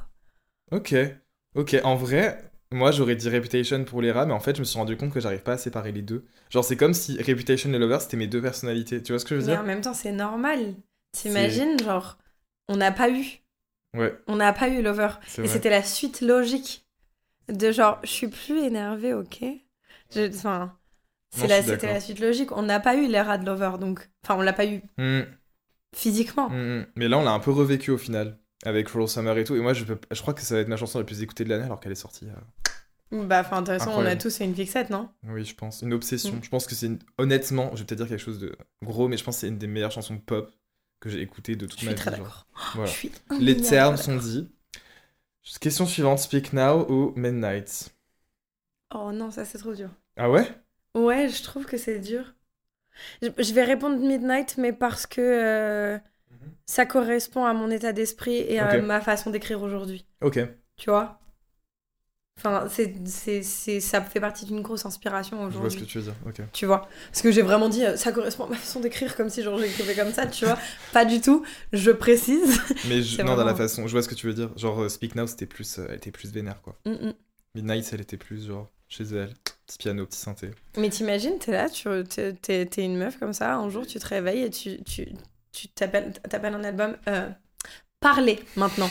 Speaker 6: Ok. En vrai, moi j'aurais dit Reputation pour les rats, mais en fait, je me suis rendu compte que j'arrive pas à séparer les deux. Genre, c'est comme si Reputation et Lover, c'était mes deux personnalités. Tu vois ce que je veux
Speaker 8: Mais
Speaker 6: dire?
Speaker 8: en même temps, c'est normal. T'imagines, genre, on n'a pas eu.
Speaker 6: Ouais,
Speaker 8: On n'a pas eu Lover.
Speaker 6: c'est
Speaker 8: Et
Speaker 6: vrai.
Speaker 8: c'était la suite logique de genre, je suis plus énervée, ok? Enfin,
Speaker 6: Non, je suis
Speaker 8: c'était
Speaker 6: d'accord.
Speaker 8: la suite logique. On n'a pas eu l'era de Lover, donc... Enfin, on l'a pas eu physiquement.
Speaker 6: Mais là, on l'a un peu revécu au final, avec Cruel Summer et tout. Et moi, je crois que ça va être ma chanson la plus écoutée de l'année alors qu'elle est sortie.
Speaker 8: Bah, enfin, de toute façon, on a
Speaker 6: Incroyable.
Speaker 8: tous fait une fixette, non?
Speaker 6: Oui, je pense. Une obsession.
Speaker 8: Mm.
Speaker 6: Je pense que honnêtement, je vais peut-être dire quelque chose de gros, mais je pense que c'est une des meilleures chansons pop que j'ai écoutées de toute
Speaker 8: Je
Speaker 6: ma
Speaker 8: suis
Speaker 6: vie.
Speaker 8: très
Speaker 6: genre.
Speaker 8: d'accord.
Speaker 6: Voilà.
Speaker 8: Je suis
Speaker 6: Les
Speaker 8: milliard
Speaker 6: termes
Speaker 8: fois
Speaker 6: sont
Speaker 8: d'accord.
Speaker 6: dits. Question suivante, Speak Now ou Midnight?
Speaker 8: Oh non, ça, c'est trop dur.
Speaker 6: Ah ouais?
Speaker 8: Ouais, je trouve que c'est dur. Je vais répondre Midnight, mais parce que ça correspond à mon état d'esprit et à
Speaker 6: Ok.
Speaker 8: ma façon d'écrire aujourd'hui.
Speaker 6: Ok.
Speaker 8: Tu vois? Enfin, ça fait partie d'une grosse inspiration
Speaker 6: Je vois ce
Speaker 8: aujourd'hui.
Speaker 6: que tu veux dire. Ok.
Speaker 8: Tu vois? Parce que j'ai vraiment dit, ça correspond à ma façon d'écrire, comme si genre j'écrivais comme ça, tu vois? Pas du tout, je précise.
Speaker 6: Mais
Speaker 8: C'est
Speaker 6: non, dans la
Speaker 8: vraiment-
Speaker 6: façon, je vois ce que tu veux dire. Genre, Speak Now, c'était plus, elle était plus vénère, quoi. Midnight, elle était plus, genre, chez elle. Petit piano, petit synthé.
Speaker 8: Mais t'imagines, t'es là, t'es une meuf comme ça, un jour tu te réveilles et tu t'appelles un album Parler maintenant.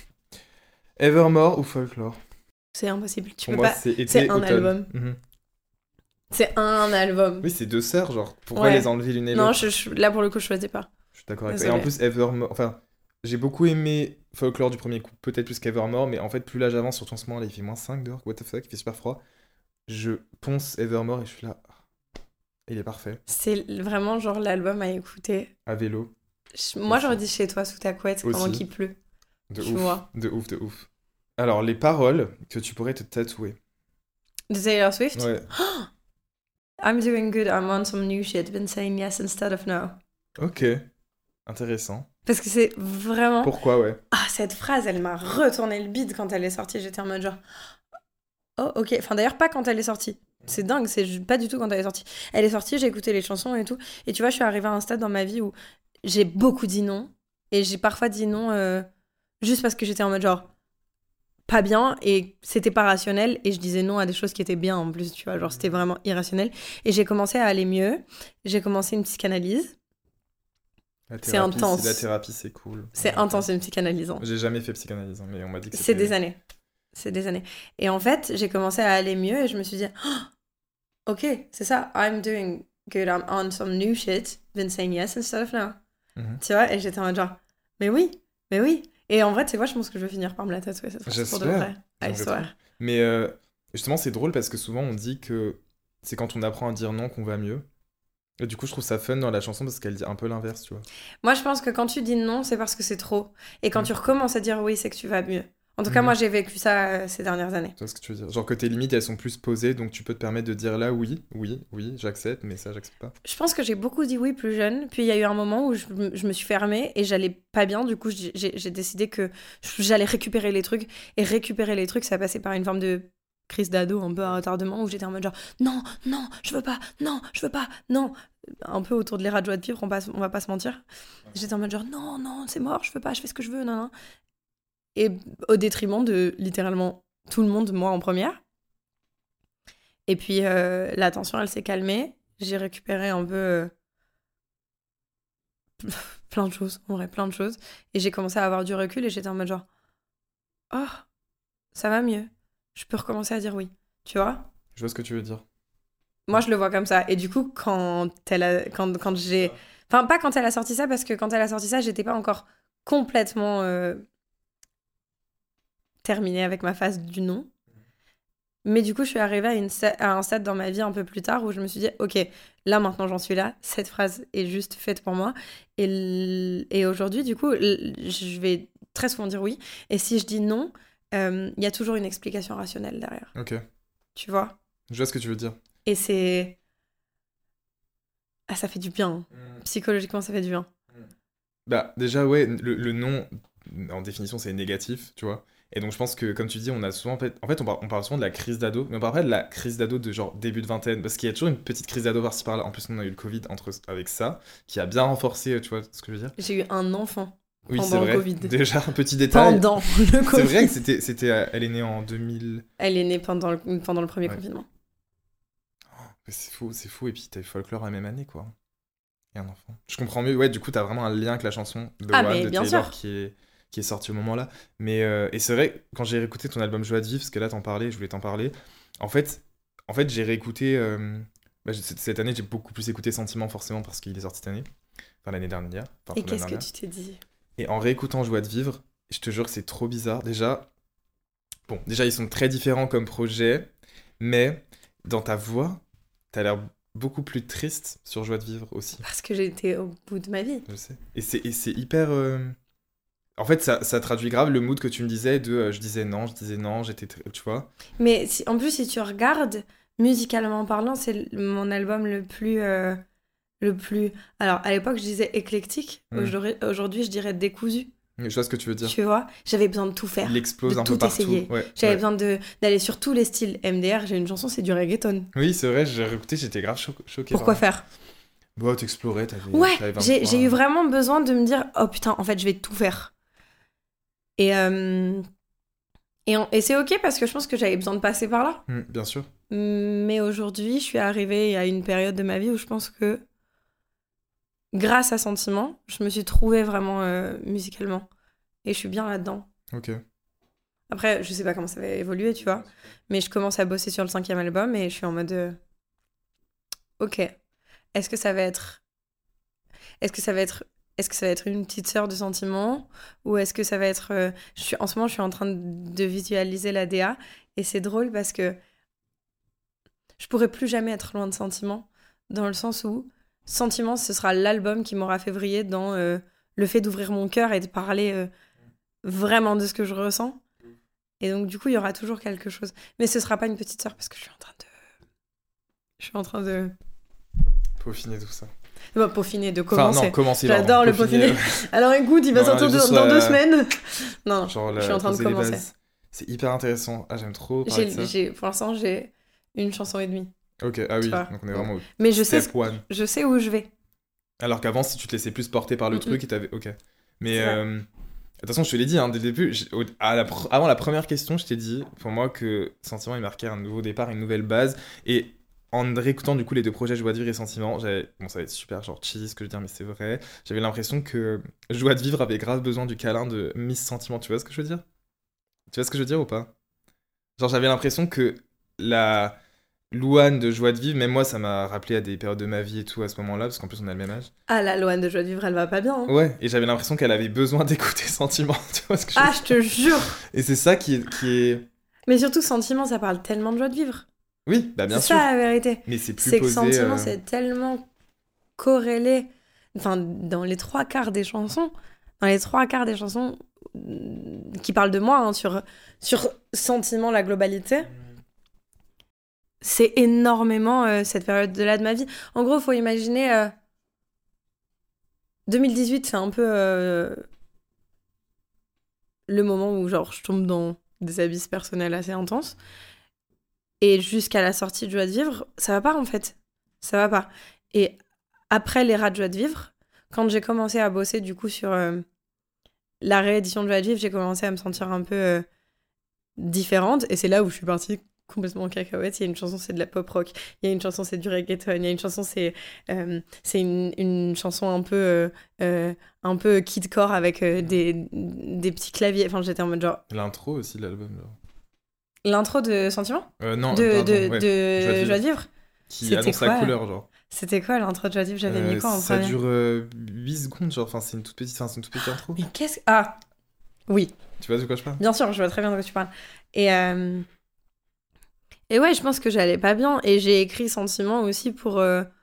Speaker 6: Evermore ou Folklore?
Speaker 8: C'est impossible, tu
Speaker 6: Pour
Speaker 8: peux
Speaker 6: moi,
Speaker 8: pas.
Speaker 6: c'est été,
Speaker 8: C'est un
Speaker 6: automne.
Speaker 8: album.
Speaker 6: Mhm.
Speaker 8: C'est un album.
Speaker 6: Oui, c'est deux sœurs, genre. Pourquoi
Speaker 8: Ouais.
Speaker 6: les enlever l'une et
Speaker 8: Non,
Speaker 6: l'autre?
Speaker 8: là pour le coup, je choisis pas.
Speaker 6: Je suis d'accord avec toi. Et en
Speaker 8: Désolée.
Speaker 6: plus, Evermore. Enfin, j'ai beaucoup aimé Folklore du premier coup, peut-être plus qu'Evermore, mais en fait, plus là j'avance, surtout en ce moment, là, il fait -5 dehors, what the fuck, il fait super froid. Je ponce Evermore et je suis là. Il est parfait.
Speaker 8: C'est vraiment genre l'album à écouter.
Speaker 6: À vélo.
Speaker 8: Moi, j'aurais dit chez toi sous ta couette pendant
Speaker 6: Aussi.
Speaker 8: qu'il pleut.
Speaker 6: De
Speaker 8: Tu
Speaker 6: ouf.
Speaker 8: vois.
Speaker 6: De ouf. Alors, les paroles que tu pourrais te tatouer.
Speaker 8: De Taylor Swift.
Speaker 6: Ouais.
Speaker 8: I'm doing good, I'm on some new shit, been saying yes instead of no.
Speaker 6: Ok. Intéressant.
Speaker 8: Parce que c'est vraiment...
Speaker 6: Pourquoi, ouais.
Speaker 8: Ah, cette phrase, elle m'a retourné le bide quand elle est sortie. J'étais en mode genre... Oh, ok. Enfin, d'ailleurs, pas quand elle est sortie. C'est dingue, pas du tout quand elle est sortie. Elle est sortie, j'ai écouté les chansons et tout. Et tu vois, je suis arrivée à un stade dans ma vie où j'ai beaucoup dit non. Et j'ai parfois dit non juste parce que j'étais en mode genre... pas bien et c'était pas rationnel et je disais non à des choses qui étaient bien en plus, tu vois, genre c'était vraiment irrationnel et j'ai commencé à aller mieux, j'ai commencé une psychanalyse.
Speaker 6: La
Speaker 8: C'est
Speaker 6: thérapie,
Speaker 8: intense.
Speaker 6: La thérapie, c'est cool.
Speaker 8: C'est intense une psychanalyse, hein.
Speaker 6: J'ai jamais fait psychanalyse, hein, mais on m'a dit que
Speaker 8: C'est
Speaker 6: c'était...
Speaker 8: des années. C'est des années. Et en fait, j'ai commencé à aller mieux et je me suis dit oh, ok, c'est ça, I'm doing good, I'm on some new shit, been saying yes instead of no.
Speaker 6: Mhm.
Speaker 8: Tu vois, et j'étais en mode genre mais oui. Et en vrai, tu sais quoi, je pense que je vais finir par me la tatouer cette fois pour de
Speaker 6: J'espère.
Speaker 8: vrai. I
Speaker 6: J'aimerais
Speaker 8: swear.
Speaker 6: trop. Mais Justement, c'est drôle parce que souvent on dit que c'est quand on apprend à dire non qu'on va mieux. Et du coup, je trouve ça fun dans la chanson parce qu'elle dit un peu l'inverse, tu vois.
Speaker 8: Moi, je pense que quand tu dis non, c'est parce que c'est trop. Et quand tu recommences à dire oui, c'est que tu vas mieux. En tout cas, moi, j'ai vécu ça ces dernières années.
Speaker 6: Tu vois ce que tu veux dire? Genre que tes limites, elles sont plus posées, donc tu peux te permettre de dire là oui, j'accepte, mais ça, j'accepte pas.
Speaker 8: Je pense que j'ai beaucoup dit oui plus jeune. Puis il y a eu un moment où je me suis fermée et j'allais pas bien. Du coup, j'ai décidé que j'allais récupérer les trucs. Et récupérer les trucs, ça passait par une forme de crise d'ado, un peu à retardement, où j'étais en mode genre non, non, je veux pas, non, je veux pas, non. Un peu autour de l'ère de joie de vivre, on va pas se mentir. J'étais en mode genre non, non, c'est mort, je veux pas, je fais ce que je veux, non, non. Et au détriment de littéralement tout le monde, moi en première. Et puis la tension, elle s'est calmée. J'ai récupéré un peu plein de choses, en vrai, plein de choses. Et j'ai commencé à avoir du recul et j'étais en mode genre oh, ça va mieux. Je peux recommencer à dire oui, tu vois?
Speaker 6: Je vois ce que tu veux dire.
Speaker 8: Moi, je le vois comme ça. Et du coup, quand j'ai... Enfin, pas quand elle a sorti ça, parce que quand elle a sorti ça, j'étais pas encore complètement terminée avec ma phase du non. Mais du coup, je suis arrivée à un stade dans ma vie un peu plus tard où je me suis dit, ok, là, maintenant, j'en suis là. Cette phrase est juste faite pour moi. Et aujourd'hui, du coup, je vais très souvent dire oui. Et si je dis non, il y a toujours une explication rationnelle derrière.
Speaker 6: Ok.
Speaker 8: Tu vois?
Speaker 6: Je vois ce que tu veux dire.
Speaker 8: Et c'est... Ah, ça fait du bien. Psychologiquement, ça fait du bien.
Speaker 6: Bah, déjà, ouais, le non, en définition, c'est négatif, tu vois. Et donc, je pense que, comme tu dis, on a souvent... on parle souvent de la crise d'ado, mais on parle pas de la crise d'ado de genre début de vingtaine, parce qu'il y a toujours une petite crise d'ado par-ci par-là. En plus, on a eu le Covid avec ça, qui a bien renforcé, tu vois ce que je veux dire.
Speaker 8: J'ai eu un enfant
Speaker 6: oui,
Speaker 8: pendant
Speaker 6: c'est vrai.
Speaker 8: le Covid.
Speaker 6: Déjà, un petit détail.
Speaker 8: Pendant le Covid.
Speaker 6: C'est vrai que c'était elle est née en 2000...
Speaker 8: Elle est née pendant le premier confinement.
Speaker 6: C'est fou. Et puis, t'as eu Folklore la même année, quoi. Et un enfant. Je comprends mieux. Ouais, du coup, t'as vraiment un lien avec la chanson The One de Taylor qui est sortie au moment-là. Mais, et c'est vrai, quand j'ai réécouté ton album Joie de Vivre, parce que là, je voulais t'en parler. En fait j'ai réécouté... cette année, j'ai beaucoup plus écouté Sentiment, forcément, parce qu'il est sorti cette année. Enfin, l'année dernière.
Speaker 8: Et qu'est-ce que tu t'es dit?
Speaker 6: Et en réécoutant Joie de Vivre, je te jure que c'est trop bizarre. Déjà, ils sont très différents comme projet, mais dans ta voix, t'as l'air beaucoup plus triste sur Joie de Vivre aussi.
Speaker 8: Parce que j'ai été au bout de ma vie.
Speaker 6: Je sais. Et c'est hyper... En fait, ça traduit grave le mood que tu me disais de je disais non, j'étais... Tu vois? Mais
Speaker 8: en plus, si tu regardes, musicalement parlant, c'est mon album le plus... Alors, à l'époque, je disais éclectique. Aujourd'hui, je dirais décousu.
Speaker 6: Je vois ce que tu veux dire.
Speaker 8: Tu vois, j'avais besoin de tout faire.
Speaker 6: Il explose
Speaker 8: de
Speaker 6: un
Speaker 8: tout
Speaker 6: peu partout.
Speaker 8: Essayer.
Speaker 6: Ouais,
Speaker 8: j'avais besoin d'aller sur tous les styles. MDR, j'ai une chanson, c'est du reggaeton.
Speaker 6: Oui, c'est vrai, j'ai réécouté, j'étais grave choquée.
Speaker 8: Pourquoi faire?
Speaker 6: Bah, t'explorais, t'avais 23.
Speaker 8: J'ai eu vraiment besoin de me dire, oh putain, en fait, je vais tout faire. Et c'est ok parce que je pense que j'avais besoin de passer par là.
Speaker 6: Bien sûr.
Speaker 8: Mais aujourd'hui, je suis arrivée à une période de ma vie où je pense que grâce à Sentiment, je me suis trouvée vraiment musicalement. Et je suis bien là-dedans.
Speaker 6: Ok.
Speaker 8: Après, je sais pas comment ça va évoluer, tu vois. Mais je commence à bosser sur le 5e album et je suis en mode... Ok. Est-ce que ça va être une petite sœur de Sentiment? Ou est-ce que ça va être... En ce moment, je suis en train de visualiser la DA. Et c'est drôle parce que je pourrais plus jamais être loin de Sentiment. Dans le sens où Sentiment, ce sera l'album qui m'aura fait briller dans le fait d'ouvrir mon cœur et de parler vraiment de ce que je ressens. Et donc, du coup, il y aura toujours quelque chose. Mais ce sera pas une petite sœur parce que je suis en train de...
Speaker 6: Peaufiner tout ça.
Speaker 8: Bah, peaufiner, de commencer.
Speaker 6: Enfin, non, commencer.
Speaker 8: J'adore le peaufiner. Alors écoute, il va sortir dans 2 semaines. Non, je suis en train de commencer.
Speaker 6: C'est hyper intéressant. Ah, j'aime trop parler de ça.
Speaker 8: Pour l'instant, j'ai 1 chanson et demie.
Speaker 6: Ok, ah oui, donc on est vraiment...
Speaker 8: Mais je sais où je vais.
Speaker 6: Alors qu'avant, si tu te laissais plus porter par le truc, et t'avais... Ok. Mais... De toute façon, je te l'ai dit, dès le début, avant la première question, je t'ai dit, pour moi, que Sentiment, il marquait un nouveau départ, une nouvelle base. Et en réécoutant, du coup, les 2 projets, Joie de Vivre et Sentiment, ça va être super, genre cheesy, ce que je veux dire, mais c'est vrai. J'avais l'impression que Joie de Vivre avait grave besoin du câlin de Miss Sentiment. Tu vois ce que je veux dire? Tu vois ce que je veux dire ou pas? Genre, j'avais l'impression que la Louane de Joie de Vivre, même moi, ça m'a rappelé à des périodes de ma vie et tout à ce moment-là, parce qu'en plus, on a le même âge.
Speaker 8: Ah, la Louane de Joie de Vivre, elle va pas bien. Hein.
Speaker 6: Ouais, et j'avais l'impression qu'elle avait besoin d'écouter Sentiment. Tu vois ce que je veux dire?
Speaker 8: Je te jure.
Speaker 6: Et c'est ça qui est...
Speaker 8: Mais surtout, Sentiment, ça parle tellement de joie de vivre.
Speaker 6: Oui, bah bien
Speaker 8: C'est
Speaker 6: sûr.
Speaker 8: ça la vérité.
Speaker 6: Mais c'est plus
Speaker 8: C'est que
Speaker 6: posé.
Speaker 8: Sentiment, c'est tellement corrélé. Enfin, dans les 3/4 des chansons, qui parlent de moi, hein, sur Sentiment, la globalité, c'est énormément cette période-là de ma vie. En gros, il faut imaginer 2018, c'est un peu le moment où genre je tombe dans des abysses personnels assez intenses. Et jusqu'à la sortie de Joie de vivre, ça va pas en fait. Ça va pas. Et après les rats de Joie de vivre, quand j'ai commencé à bosser du coup sur la réédition de Joie de vivre, j'ai commencé à me sentir un peu différente. Et c'est là où je suis partie complètement en cacahuète. Il y a une chanson, c'est de la pop rock. Il y a une chanson, c'est du reggaeton. Il y a une chanson, c'est une chanson un peu kidcore avec des petits claviers. Enfin, j'étais en mode genre...
Speaker 6: L'intro aussi de l'album. Genre.
Speaker 8: L'intro de Sentiment
Speaker 6: Non,
Speaker 8: de Joie de vivre.
Speaker 6: Qui
Speaker 8: C'était
Speaker 6: annonce
Speaker 8: quoi
Speaker 6: la couleur, genre.
Speaker 8: C'était quoi l'intro de Joie de vivre? J'avais mis quoi en
Speaker 6: Ça
Speaker 8: premier?
Speaker 6: dure 8 secondes, genre. Enfin, c'est une toute petite intro.
Speaker 8: Mais qu'est-ce... Ah, oui.
Speaker 6: Tu vois de quoi je parle?
Speaker 8: Bien sûr, je vois très bien de quoi tu parles. Et ouais, je pense que j'allais pas bien. Et j'ai écrit Sentiment aussi pour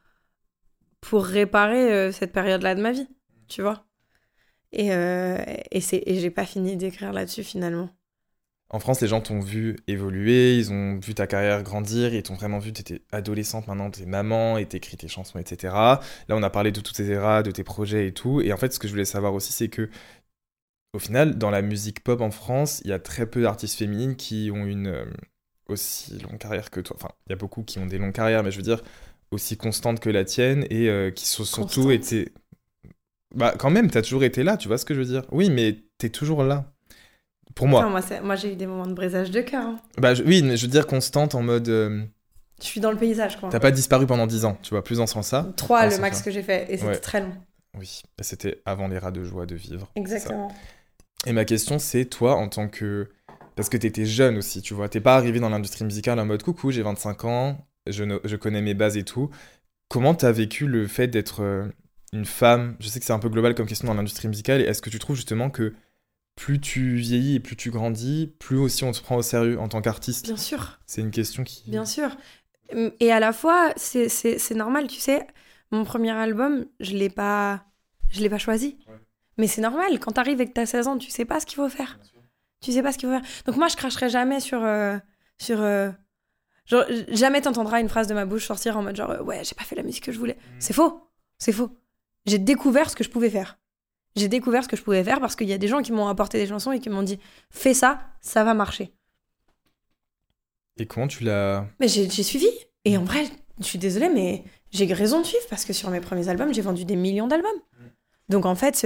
Speaker 8: réparer cette période-là de ma vie, tu vois. Et j'ai pas fini d'écrire là-dessus, finalement.
Speaker 6: En France, les gens t'ont vu évoluer, ils ont vu ta carrière grandir, ils t'ont vraiment vu, t'étais adolescente, maintenant t'es maman, et t'écris tes chansons, etc. Là, on a parlé de toutes tes eras, de tes projets et tout. Et en fait, ce que je voulais savoir aussi, c'est que au final, dans la musique pop en France, il y a très peu d'artistes féminines qui ont une aussi longue carrière que toi. Enfin, il y a beaucoup qui ont des longues carrières, mais je veux dire, aussi constantes que la tienne et qui sont surtout été... Bah, quand même, t'as toujours été là, tu vois ce que je veux dire? Oui, mais t'es toujours là. Pour moi.
Speaker 8: Enfin, moi, j'ai eu des moments de brisage de cœur. Hein.
Speaker 6: Bah, oui, mais je veux dire constante en mode...
Speaker 8: Je suis dans le paysage, quoi.
Speaker 6: T'as pas disparu pendant 10 ans, tu vois, plus dans ce sens-là.
Speaker 8: 3, le max que j'ai fait, et c'était très long.
Speaker 6: Oui, et c'était avant les rats de joie de vivre.
Speaker 8: Exactement.
Speaker 6: Et ma question, c'est toi, en tant que... Parce que t'étais jeune aussi, tu vois. T'es pas arrivé dans l'industrie musicale en mode « Coucou, j'ai 25 ans, je connais mes bases et tout ». Comment t'as vécu le fait d'être une femme? Je sais que c'est un peu global comme question dans l'industrie musicale. Et est-ce que tu trouves justement que plus tu vieillis et plus tu grandis, plus aussi on te prend au sérieux en tant qu'artiste?
Speaker 8: Bien sûr.
Speaker 6: C'est une question qui...
Speaker 8: Bien sûr. Et à la fois, c'est normal, tu sais. Mon premier album, je l'ai pas choisi. Ouais. Mais c'est normal, quand t'arrives et que t'as 16 ans, tu sais pas ce qu'il faut faire. Tu sais pas ce qu'il faut faire. Donc moi, je cracherai jamais sur genre, jamais t'entendras une phrase de ma bouche sortir en mode genre ouais, j'ai pas fait la musique que je voulais. C'est faux. C'est faux. J'ai découvert ce que je pouvais faire. J'ai découvert ce que je pouvais faire parce qu'il y a des gens qui m'ont apporté des chansons et qui m'ont dit fais ça, ça va marcher.
Speaker 6: Et comment tu l'as...
Speaker 8: Mais j'ai suivi. Et en vrai, je suis désolée, mais j'ai raison de suivre parce que sur mes premiers albums, j'ai vendu des millions d'albums. Donc en fait,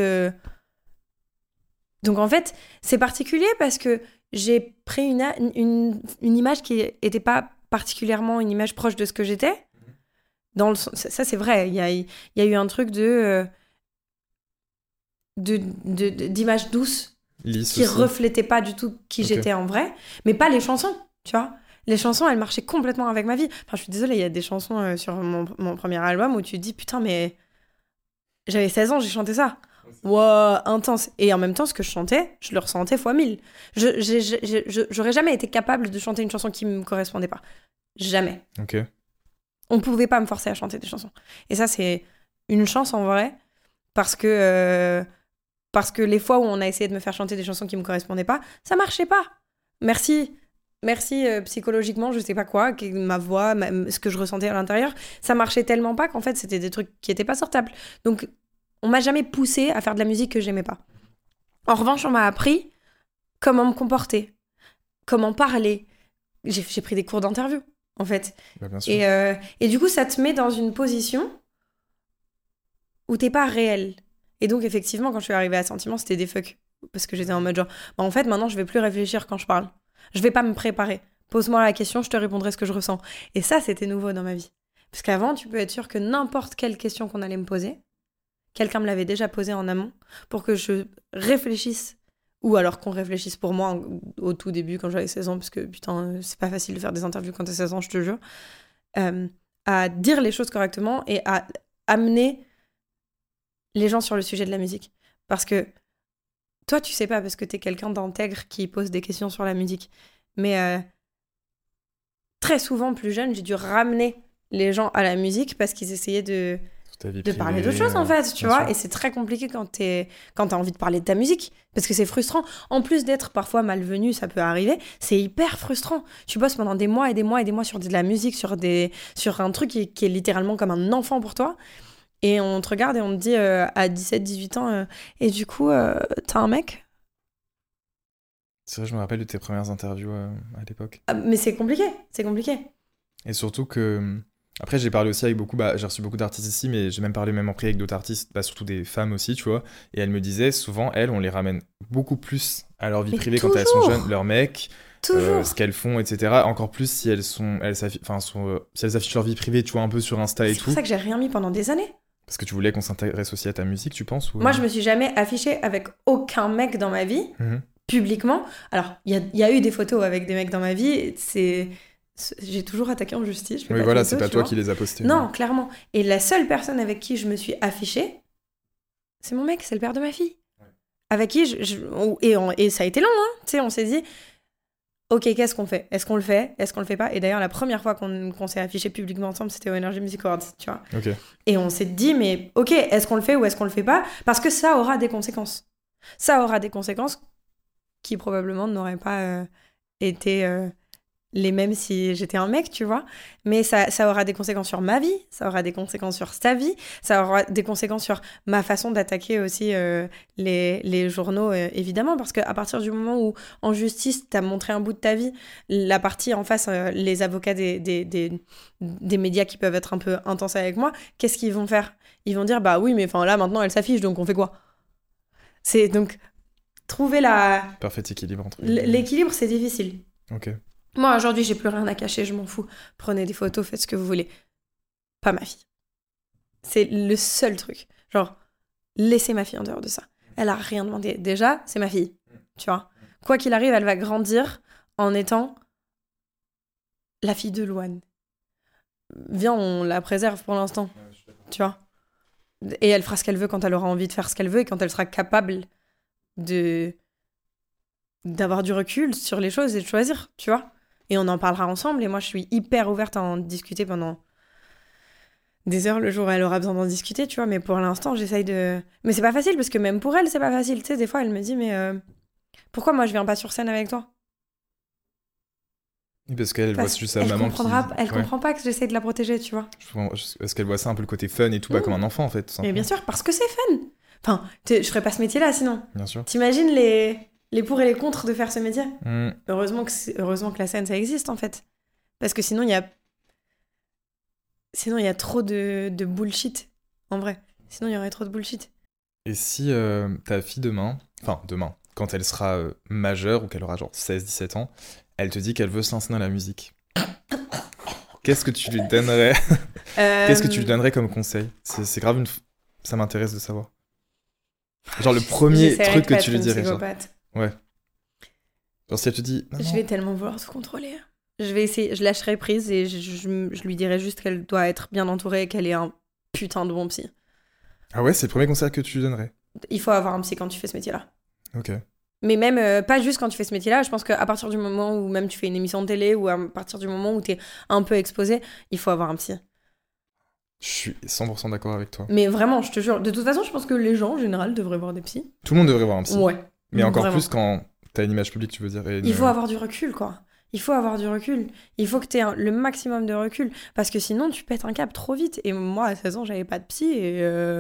Speaker 8: c'est particulier parce que j'ai pris une image qui était pas particulièrement une image proche de ce que j'étais. Ça, c'est vrai. Il y a eu un truc d'image douce
Speaker 6: Lisse
Speaker 8: qui
Speaker 6: aussi.
Speaker 8: reflétait pas du tout qui j'étais en vrai, mais pas les chansons, tu vois. Les chansons, elles marchaient complètement avec ma vie. Enfin, je suis désolée, il y a des chansons sur mon premier album où tu te dis putain, mais j'avais 16 ans, j'ai chanté ça. Wow, intense. Et en même temps, ce que je chantais, je le ressentais fois 1000. J'aurais jamais été capable de chanter une chanson qui me correspondait pas. Jamais.
Speaker 6: Ok.
Speaker 8: On pouvait pas me forcer à chanter des chansons. Et ça, c'est une chance en vrai, parce que les fois où on a essayé de me faire chanter des chansons qui me correspondaient pas, ça marchait pas. Merci psychologiquement, je sais pas quoi, ma voix, ce que je ressentais à l'intérieur, ça marchait tellement pas qu'en fait, c'était des trucs qui étaient pas sortables. Donc, on m'a jamais poussée à faire de la musique que j'aimais pas. En revanche, on m'a appris comment me comporter, comment parler. J'ai pris des cours d'interview, en fait.
Speaker 6: Bah, bien sûr.
Speaker 8: Et du coup, ça te met dans une position où t'es pas réel. Et donc, effectivement, quand je suis arrivée à Sentiment, c'était des fuck. Parce que j'étais en mode genre, en fait, maintenant, je vais plus réfléchir quand je parle. Je vais pas me préparer. Pose-moi la question, je te répondrai ce que je ressens. Et ça, c'était nouveau dans ma vie. Parce qu'avant, tu peux être sûr que n'importe quelle question qu'on allait me poser, quelqu'un me l'avait déjà posée en amont pour que je réfléchisse, ou alors qu'on réfléchisse pour moi au tout début quand j'avais 16 ans, parce que putain, c'est pas facile de faire des interviews quand t'as 16 ans, je te jure, à dire les choses correctement et à amener les gens sur le sujet de la musique. Parce que toi, tu sais pas parce que t'es quelqu'un d'intègre qui pose des questions sur la musique. Mais très souvent, plus jeune, j'ai dû ramener les gens à la musique parce qu'ils essayaient de parler d'autres choses, en fait, tu vois.
Speaker 6: sûr.
Speaker 8: Et c'est très compliqué quand t'as envie de parler de ta musique, parce que c'est frustrant. En plus d'être parfois malvenu, ça peut arriver, c'est hyper frustrant. Tu bosses pendant des mois et des mois et des mois sur de la musique, sur un truc qui est littéralement comme un enfant pour toi. Et on te regarde et on te dit à 17-18 ans, et du coup, t'as un mec ?
Speaker 6: C'est vrai, je me rappelle de tes premières interviews à l'époque.
Speaker 8: Ah, mais c'est compliqué.
Speaker 6: Et surtout que... Après, j'ai parlé aussi avec beaucoup... j'ai reçu beaucoup d'artistes ici, mais j'ai même parlé même après avec d'autres artistes, surtout des femmes aussi, tu vois. Et elles me disaient, souvent, on les ramène beaucoup plus à leur vie
Speaker 8: Mais
Speaker 6: privée
Speaker 8: toujours.
Speaker 6: quand elles sont jeunes, leurs mecs,
Speaker 8: Toujours.
Speaker 6: ce qu'elles font, etc. Encore plus si si elles affichent leur vie privée, tu vois, un peu sur Insta et
Speaker 8: C'est
Speaker 6: tout.
Speaker 8: pour ça que j'ai rien mis pendant des années.
Speaker 6: Parce que tu voulais qu'on s'intéresse aussi à ta musique, tu penses ou...
Speaker 8: Moi, je me suis jamais affichée avec aucun mec dans ma vie,
Speaker 6: Mhm.
Speaker 8: publiquement. Alors, il y a eu des photos avec des mecs dans ma vie, j'ai toujours attaqué en justice. Je fais
Speaker 6: Oui,
Speaker 8: pas de
Speaker 6: voilà,
Speaker 8: photos,
Speaker 6: c'est pas
Speaker 8: tu
Speaker 6: toi
Speaker 8: vois.
Speaker 6: qui les as postés.
Speaker 8: Non, clairement. Et la seule personne avec qui je me suis affichée, c'est mon mec, c'est le père de ma fille. Avec qui et ça a été long, hein. Tu sais, on s'est dit, ok, qu'est-ce qu'on fait ? Est-ce qu'on le fait ? Est-ce qu'on le fait pas ? Et d'ailleurs, la première fois qu'on s'est affiché publiquement ensemble, c'était au Energy Music Awards, tu vois.
Speaker 6: Ok.
Speaker 8: Et on s'est dit, mais ok, est-ce qu'on le fait ou est-ce qu'on le fait pas ? Parce que ça aura des conséquences. Ça aura des conséquences qui probablement n'auraient pas été les mêmes si j'étais un mec, tu vois. Mais ça aura des conséquences sur ma vie, ça aura des conséquences sur sa vie, ça aura des conséquences sur ma façon d'attaquer aussi les journaux, évidemment. Parce qu'à partir du moment où, en justice, t'as montré un bout de ta vie, la partie en face, les avocats des médias qui peuvent être un peu intenses avec moi, qu'est-ce qu'ils vont faire ? Ils vont dire, bah oui, mais là, maintenant, elle s'affiche, donc on fait quoi ? C'est donc... Trouver
Speaker 6: Parfait équilibre entre
Speaker 8: l'équilibre, c'est difficile.
Speaker 6: Ok.
Speaker 8: Moi, aujourd'hui, j'ai plus rien à cacher, je m'en fous. Prenez des photos, faites ce que vous voulez. Pas ma fille. C'est le seul truc. Genre, laissez ma fille en dehors de ça. Elle a rien demandé. Déjà, c'est ma fille. Tu vois. Quoi qu'il arrive, elle va grandir en étant la fille de Louane. Viens, on la préserve pour l'instant. Tu vois. Et elle fera ce qu'elle veut quand elle aura envie de faire ce qu'elle veut et quand elle sera capable d'avoir du recul sur les choses et de choisir, tu vois. Et on en parlera ensemble et moi je suis hyper ouverte à en discuter pendant des heures le jour où elle aura besoin d'en discuter, tu vois. Mais pour l'instant j'essaye de... Mais c'est pas facile parce que même pour elle c'est pas facile, tu sais. Des fois elle me dit mais pourquoi moi je viens pas sur scène avec toi ?
Speaker 6: Parce qu'elle voit juste sa maman
Speaker 8: Elle comprend pas que j'essaye de la protéger, tu vois.
Speaker 6: Parce qu'elle voit ça un peu le côté fun et tout, comme un enfant en fait.
Speaker 8: Mais bien sûr, parce que c'est fun. Enfin, je ferais pas ce métier-là sinon.
Speaker 6: Bien sûr.
Speaker 8: T'imagines les pour et les contre de faire ce métier ?
Speaker 6: Mm.
Speaker 8: Heureusement que la scène, ça existe, en fait. Parce que sinon, il y a trop de bullshit, en vrai. Sinon, il y aurait trop de bullshit.
Speaker 6: Et si ta fille demain, quand elle sera majeure ou qu'elle aura genre 16-17 ans, elle te dit qu'elle veut se lancer dans la musique, qu'est-ce que tu lui donnerais Qu'est-ce que tu lui donnerais comme conseil ? C'est grave, ça m'intéresse de savoir. Genre le premier truc que tu lui dirais. Genre. Ouais. Genre si elle te dit... Non.
Speaker 8: Je vais tellement vouloir tout contrôler. Je vais essayer, je lâcherai prise et je lui dirai juste qu'elle doit être bien entourée et qu'elle est un putain de bon psy.
Speaker 6: Ah ouais, c'est le premier conseil que tu lui donnerais.
Speaker 8: Il faut avoir un psy quand tu fais ce métier-là.
Speaker 6: Ok.
Speaker 8: Mais même, pas juste quand tu fais ce métier-là, je pense qu'à partir du moment où même tu fais une émission de télé ou à partir du moment où t'es un peu exposé, il faut avoir un psy.
Speaker 6: Je suis 100% d'accord avec toi.
Speaker 8: Mais vraiment, je te jure, de toute façon, je pense que les gens en général devraient voir des psys.
Speaker 6: Tout le monde devrait voir un psy.
Speaker 8: Ouais.
Speaker 6: Mais encore
Speaker 8: vraiment.
Speaker 6: plus quand t'as une image publique, tu veux dire.
Speaker 8: Il faut avoir du recul, quoi. Il faut avoir du recul. Il faut que t'aies le maximum de recul. Parce que sinon, tu pètes un câble trop vite. Et moi, à 16 ans, j'avais pas de psy et...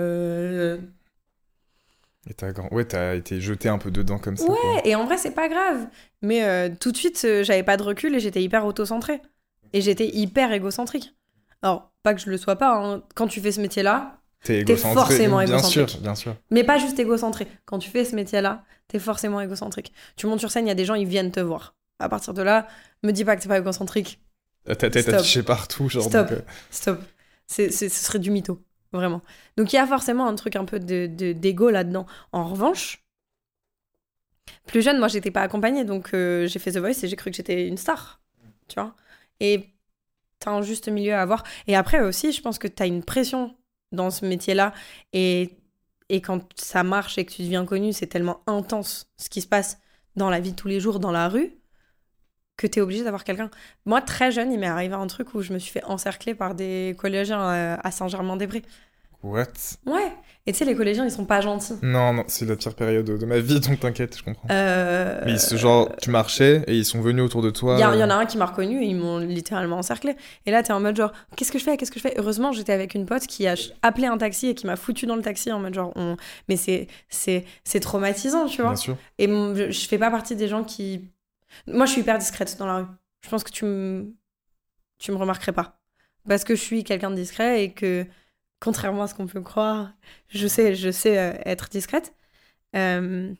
Speaker 6: Et t'as été jeté un peu dedans comme ça.
Speaker 8: Ouais,
Speaker 6: quoi.
Speaker 8: et en vrai, c'est pas grave. Mais tout de suite, j'avais pas de recul et j'étais hyper auto-centrée. Et j'étais hyper égocentrique. Alors, pas que je le sois pas, hein. Quand tu fais ce métier-là, t'es forcément égocentrique.
Speaker 6: Bien sûr.
Speaker 8: Mais pas juste égocentré. Quand tu fais ce métier-là, t'es forcément égocentrique. Tu montes sur scène, il y a des gens, ils viennent te voir. À partir de là, me dis pas que t'es pas égocentrique.
Speaker 6: Ta tête affichée partout, genre.
Speaker 8: Stop.
Speaker 6: Donc,
Speaker 8: Stop. Ce serait du mytho. Vraiment. Donc il y a forcément un truc un peu d'ego là-dedans. En revanche, plus jeune, moi, j'étais pas accompagnée. Donc j'ai fait The Voice et j'ai cru que j'étais une star. Tu vois ? Et t'as un juste milieu à avoir. Et après aussi, je pense que t'as une pression dans ce métier-là. Et quand ça marche et que tu deviens connu, c'est tellement intense ce qui se passe dans la vie de tous les jours, dans la rue, que t'es obligé d'avoir quelqu'un. Moi, très jeune, il m'est arrivé un truc où je me suis fait encercler par des collégiens à Saint-Germain-des-Prés.
Speaker 6: What?
Speaker 8: Ouais. Et tu sais, les collégiens, ils sont pas gentils.
Speaker 6: Non, c'est la pire période de ma vie, donc t'inquiète, je comprends. Mais genre, tu marchais et ils sont venus autour de toi.
Speaker 8: Il y en a un qui m'a reconnu et ils m'ont littéralement encerclé. Et là, t'es en mode genre, qu'est-ce que je fais? Heureusement, j'étais avec une pote qui a appelé un taxi et qui m'a foutu dans le taxi en mode genre, mais c'est traumatisant, tu vois.
Speaker 6: Bien sûr.
Speaker 8: Et je fais pas partie des gens qui... Moi, je suis hyper discrète dans la rue. Je pense que tu me remarquerais pas. Parce que je suis quelqu'un de discret et que... Contrairement à ce qu'on peut croire, je sais être discrète. Mais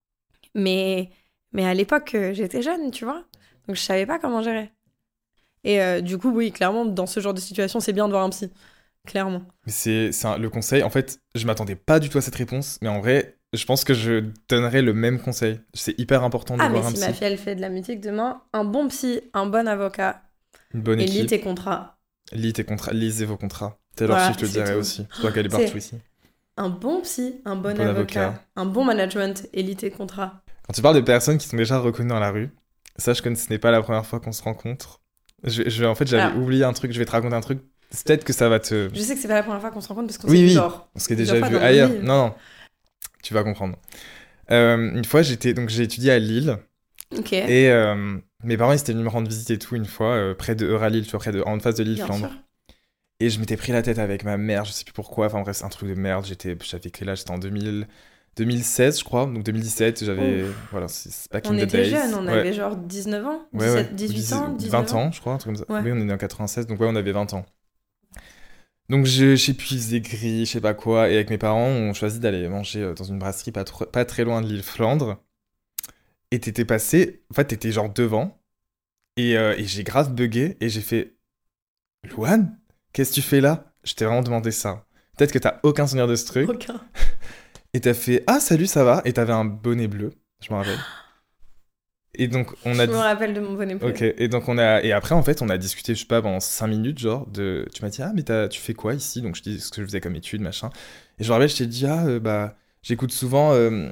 Speaker 8: à l'époque, j'étais jeune, tu vois. Donc, je savais pas comment gérer. Et du coup, oui, clairement, dans ce genre de situation, c'est bien de voir un psy. Clairement.
Speaker 6: Mais le conseil, en fait, je m'attendais pas du tout à cette réponse. Mais en vrai, je pense que je donnerais le même conseil. C'est hyper important de voir un psy.
Speaker 8: Ah, mais si ma fille, elle fait de la musique demain, un bon psy, un bon avocat.
Speaker 6: Une bonne équipe.
Speaker 8: Et lis tes contrats.
Speaker 6: Lisez vos contrats. Taylor Swift, je te dirais aussi. Je crois qu'elle est partout ici.
Speaker 8: Un bon psy, un bon avocat, un bon management et lis tes contrats.
Speaker 6: Quand tu parles de personnes qui sont déjà reconnues dans la rue, sache que ce n'est pas la première fois qu'on se rencontre. En fait, j'avais oublié un truc, je vais te raconter un truc. C'est peut-être que ça va te...
Speaker 8: Je sais que c'est pas la première fois qu'on se rencontre parce qu'on s'est vu genre...
Speaker 6: on s'est déjà vu ailleurs. Non, tu vas comprendre. Une fois, j'ai étudié à Lille.
Speaker 8: Ok.
Speaker 6: Et mes parents, ils étaient venus me rendre visite et tout une fois, près de Euralille, tu vois, en face de Lille, Flandre. Et je m'étais pris la tête avec ma mère, je sais plus pourquoi, enfin bref, c'est un truc de merde. J'avais quel âge? C'était en 2016, je crois, donc 2017, j'avais... Voilà, c'est back in the days.
Speaker 8: On était jeunes, on avait genre 19 ans, 18 ans,
Speaker 6: 20 ans, je crois, un truc comme ça.
Speaker 8: Ouais.
Speaker 6: Oui, on est né en 96, donc ouais, on avait 20 ans. Donc je sais plus, ils faisaient gris, je sais pas quoi, et avec mes parents, on choisit d'aller manger dans une brasserie pas très loin de l'île Flandre. Et t'étais passé, en fait, t'étais genre devant, et j'ai grave bugué, et j'ai fait... Louane, qu'est-ce que tu fais là? Je t'ai vraiment demandé ça. Peut-être que t'as aucun souvenir de ce truc.
Speaker 8: Aucun.
Speaker 6: Et t'as fait « Ah, salut, ça va ?» Et t'avais un bonnet bleu, je me rappelle. Et donc,
Speaker 8: je me rappelle de mon bonnet bleu.
Speaker 6: Ok, et donc et après, en fait, on a discuté, je sais pas, pendant 5 minutes, genre, tu m'as dit « Ah, mais tu fais quoi ici ?» Donc, je dis ce que je faisais comme étude, machin. Et je me rappelle, je t'ai dit « Ah, j'écoute souvent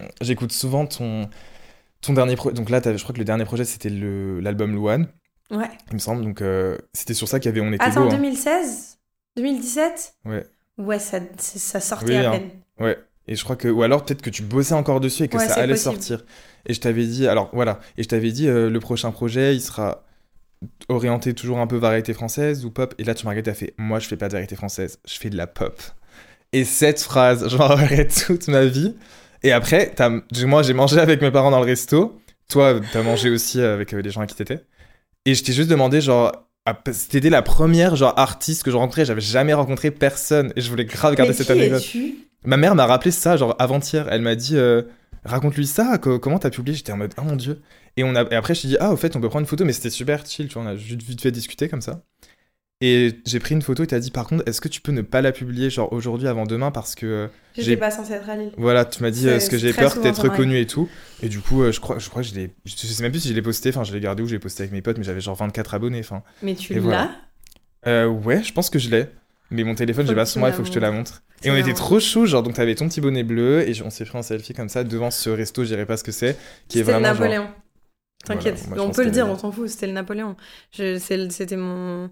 Speaker 6: ton dernier projet. » Donc là, je crois que le dernier projet, c'était l'album Louane.
Speaker 8: Ouais.
Speaker 6: Il me semble, donc c'était sur ça qu'il y avait On était
Speaker 8: Attends,
Speaker 6: beau.
Speaker 8: 2016 2017
Speaker 6: Ouais.
Speaker 8: Ouais, ça sortait à peine.
Speaker 6: Ouais. Et je crois que... Ou alors, peut-être que tu bossais encore dessus et que ça allait sortir. Et je t'avais dit... Alors, voilà. Et je t'avais dit, le prochain projet, il sera orienté toujours un peu variété française ou pop. Et là, tu m'as regardé, t'as fait, moi, je fais pas de variété française. Je fais de la pop. Et cette phrase, j'en aurai toute ma vie. Et après, moi, j'ai mangé avec mes parents dans le resto. Toi, t'as mangé aussi avec les gens à qui t'étais. Et je t'ai juste demandé, genre... C'était la première, genre, artiste que je rencontrais. J'avais jamais rencontré personne. Et je voulais grave garder cette anecdote. Ma mère m'a rappelé ça, genre, avant-hier. Elle m'a dit, raconte-lui ça, comment t'as publié? J'étais en mode, oh mon Dieu. Et après, je t'ai dit, au fait, on peut prendre une photo, mais c'était super chill, tu vois, on a juste vite fait discuter comme ça. Et j'ai pris une photo et t'as dit, par contre, est-ce que tu peux ne pas la publier, genre, aujourd'hui avant demain, parce que...
Speaker 8: J'étais pas censée être à Lille.
Speaker 6: Voilà, tu m'as dit, ce que j'ai peur d'être reconnue et tout. Et du coup, je crois que je l'ai... Je sais même plus si je l'ai posté, enfin, je l'ai gardé ou j'ai posté avec mes potes, mais j'avais genre 24 abonnés, enfin...
Speaker 8: Mais tu l'as
Speaker 6: Ouais, je pense que je l'ai. Mais mon téléphone, j'ai pas sur moi, il faut que je te la montre. Et on était trop chou, genre, donc t'avais ton petit bonnet bleu, et on s'est pris un selfie comme ça, devant ce resto, je dirais pas ce que c'est, qui est vraiment
Speaker 8: C'était le Napoléon.
Speaker 6: Genre...
Speaker 8: T'inquiète,
Speaker 6: voilà,
Speaker 8: on peut le dire, on s'en fout, c'était le Napoléon. C'était mon...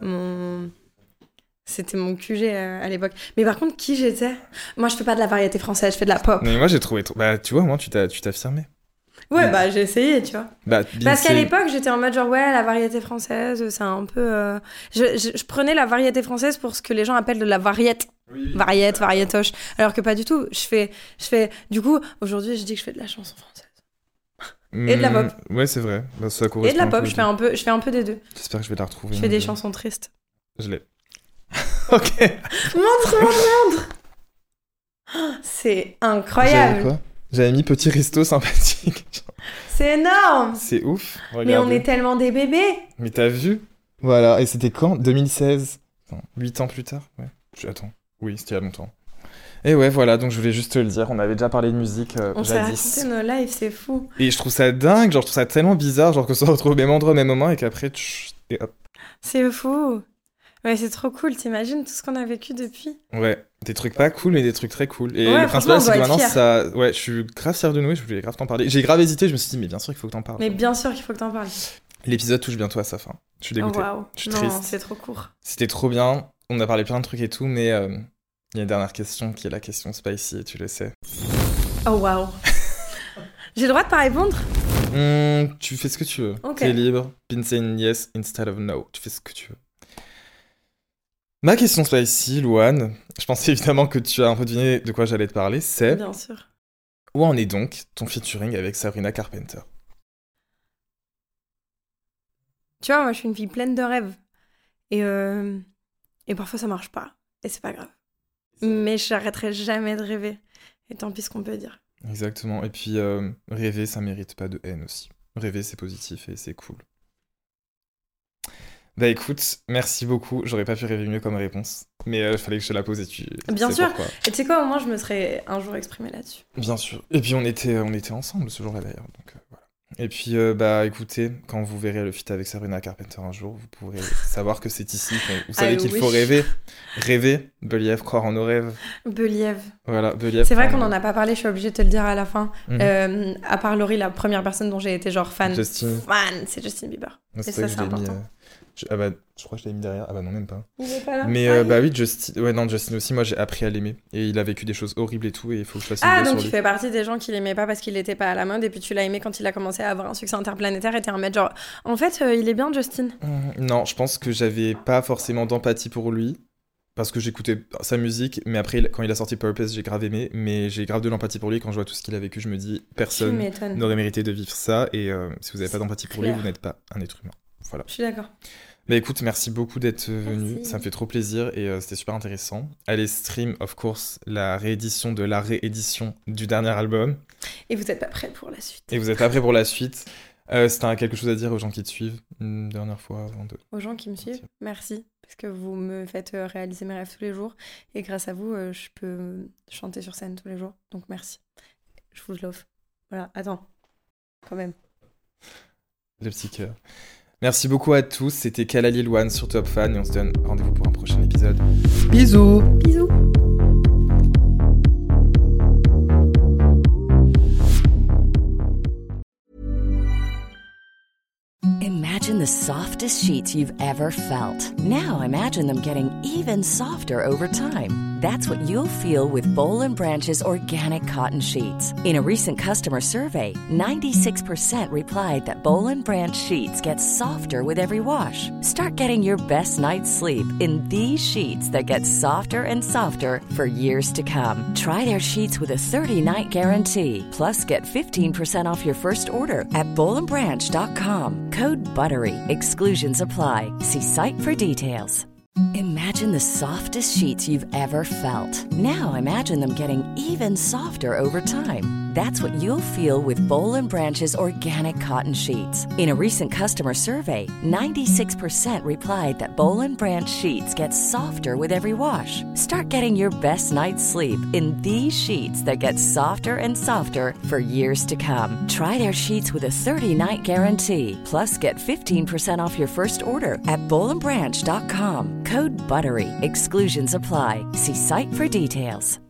Speaker 8: C'était mon QG à l'époque. Mais par contre, qui j'étais? Moi, je fais pas de la variété française, je fais de la pop.
Speaker 6: Mais moi, j'ai trouvé... Bah, tu vois, au moins, tu t'affirmais.
Speaker 8: Ouais, bah j'ai essayé, tu vois.
Speaker 6: Bah,
Speaker 8: parce qu'à l'époque, j'étais en mode genre, ouais, la variété française, c'est un peu... Je prenais la variété française pour ce que les gens appellent de la variette. Oui. Variétoche. Alors que pas du tout. Je fais... Du coup, aujourd'hui, je dis que je fais de la chanson française. Et de la pop.
Speaker 6: Ouais, c'est vrai. Bah, ça
Speaker 8: et de la pop, je fais un peu des deux.
Speaker 6: J'espère que je vais la retrouver.
Speaker 8: Je fais des chansons tristes.
Speaker 6: Je l'ai. Ok.
Speaker 8: Montre. C'est incroyable.
Speaker 6: J'avais mis petit resto sympathique.
Speaker 8: C'est énorme.
Speaker 6: C'est ouf. Regardez.
Speaker 8: Mais on est tellement des bébés.
Speaker 6: Mais t'as vu? Voilà. Et c'était quand? 2016. Attends, 8 ans plus tard. Ouais. Attends. Oui, c'était il y a longtemps. Et ouais, voilà. Donc je voulais juste te le dire. On avait déjà parlé de musique
Speaker 8: on
Speaker 6: jadis.
Speaker 8: s'est raconté nos lives, c'est fou.
Speaker 6: Et je trouve ça dingue. Genre, je trouve ça tellement bizarre. Genre, que ça se retrouve au même endroit, au même moment. Et qu'après, et hop.
Speaker 8: C'est fou. Ouais, c'est trop cool, t'imagines tout ce qu'on a vécu depuis? Ouais,
Speaker 6: des trucs pas cool, mais des trucs très cool. Et
Speaker 8: ouais,
Speaker 6: le principal, c'est que maintenant, ça... Ouais, je suis grave fier de nous et je voulais grave t'en parler. J'ai grave hésité, je me suis dit, mais bien sûr qu'il faut que t'en parles.
Speaker 8: Mais bien sûr qu'il faut que t'en parles.
Speaker 6: L'épisode touche bientôt à sa fin. Je suis dégoûté.
Speaker 8: Oh, waouh.
Speaker 6: Je suis
Speaker 8: Non,
Speaker 6: triste.
Speaker 8: c'est trop court.
Speaker 6: C'était trop bien. On a parlé plein de trucs et tout, mais il y a une dernière question qui est la question spicy, et tu le sais.
Speaker 8: Oh waouh. J'ai le droit de pas répondre?
Speaker 6: Tu fais ce que tu veux.
Speaker 8: Ok.
Speaker 6: T'es libre. Been saying yes instead of no. Tu fais ce que tu veux. Ma question spicy, Louane, je pensais évidemment que tu as un peu deviné de quoi j'allais te parler, c'est
Speaker 8: Bien sûr.
Speaker 6: où en est donc ton featuring avec Sabrina Carpenter?
Speaker 8: Tu vois, moi, je suis une fille pleine de rêves. Et parfois, ça marche pas. Et c'est pas grave. Mais j'arrêterai jamais de rêver. Et tant pis ce qu'on peut dire.
Speaker 6: Exactement. Et puis, rêver, ça mérite pas de haine aussi. Rêver, c'est positif et c'est cool. Bah écoute, merci beaucoup. J'aurais pas pu rêver mieux comme réponse. Mais il fallait que je te la pose et tu
Speaker 8: Bien
Speaker 6: sais
Speaker 8: sûr.
Speaker 6: pourquoi.
Speaker 8: Et tu sais quoi, au moins, je me serais un jour exprimée là-dessus.
Speaker 6: Bien sûr. Et puis, on était ensemble ce jour-là d'ailleurs. Donc, voilà. Et puis, bah écoutez, quand vous verrez le feat avec Sabrina Carpenter un jour, vous pourrez savoir que c'est ici. Vous savez qu'il faut rêver. Rêver, Believe, croire en nos rêves.
Speaker 8: Believe.
Speaker 6: Voilà, Believe.
Speaker 8: C'est vrai qu'on en a pas parlé, je suis obligée de te le dire à la fin.
Speaker 6: Mhm.
Speaker 8: À part Laurie, la première personne dont j'ai été genre fan.
Speaker 6: Justin.
Speaker 8: Fan, c'est Justin Bieber.
Speaker 6: Non,
Speaker 8: Et
Speaker 6: c'est
Speaker 8: ça,
Speaker 6: vrai que
Speaker 8: c'est
Speaker 6: je l'ai mis.
Speaker 8: important.
Speaker 6: Ah bah, je crois que je l'ai mis derrière. Ah bah non, même pas.
Speaker 8: Il est pas là.
Speaker 6: Mais bah oui, Justin. Ouais, non, Justin aussi, moi j'ai appris à l'aimer. Et il a vécu des choses horribles et tout, et il faut que je fasse une
Speaker 8: Ah,
Speaker 6: vidéo
Speaker 8: donc
Speaker 6: sur
Speaker 8: tu
Speaker 6: lui.
Speaker 8: fais partie des gens qui l'aimaient pas parce qu'il était pas à la mode, et puis tu l'as aimé quand il a commencé à avoir un succès interplanétaire, et t'es un mec genre. En fait, il est bien, Justin.
Speaker 6: Non, je pense que j'avais pas forcément d'empathie pour lui. Parce que j'écoutais sa musique, mais après, quand il a sorti Purpose, j'ai grave aimé. Mais j'ai grave de l'empathie pour lui. Quand je vois tout ce qu'il a vécu, je me dis,
Speaker 8: Tu
Speaker 6: personne
Speaker 8: m'étonnes.
Speaker 6: n'aurait mérité de vivre ça. Et si vous avez pas d'empathie pour lui,
Speaker 8: clair.
Speaker 6: vous n'êtes pas un être humain. Voilà.
Speaker 8: Je suis d'accord.
Speaker 6: Bah écoute, merci beaucoup d'être venu,
Speaker 8: Merci.
Speaker 6: ça me fait trop plaisir et c'était super intéressant. Allez stream, of course, la réédition de la réédition du dernier album.
Speaker 8: Et vous êtes pas prêts pour la suite.
Speaker 6: Et vous êtes pas prêts pour la suite. Si t'as quelque chose à dire aux gens qui te suivent, une dernière fois avant de...
Speaker 8: Aux gens qui me suivent, merci. Parce que vous me faites réaliser mes rêves tous les jours. Et grâce à vous, je peux chanter sur scène tous les jours. Donc merci. Je vous l'offre. Voilà, attends. Quand même.
Speaker 6: Le petit cœur. Merci beaucoup à tous, c'était Kalali Louane sur Top Fan et on se donne rendez-vous pour un prochain épisode. Bisous.
Speaker 8: Bisous.
Speaker 1: Imagine the softest sheets you've ever felt. Now imagine them getting even softer over time. That's what you'll feel with Boll & Branch's organic cotton sheets. In a recent customer survey, 96% replied that Boll & Branch sheets get softer with every wash. Start getting your best night's sleep in these sheets that get softer and softer for years to come. Try their sheets with a 30-night guarantee. Plus, get 15% off your first order at bollandbranch.com. Code BUTTERY. Exclusions apply. See site for details. Imagine the softest sheets you've ever felt. Now imagine them getting even softer over time. That's what you'll feel with Boll & Branch's organic cotton sheets. In a recent customer survey, 96% replied that Boll & Branch sheets get softer with every wash. Start getting your best night's sleep in these sheets that get softer and softer for years to come. Try their sheets with a 30-night guarantee. Plus, get 15% off your first order at bollandbranch.com. Code BUTTERY. Exclusions apply. See site for details.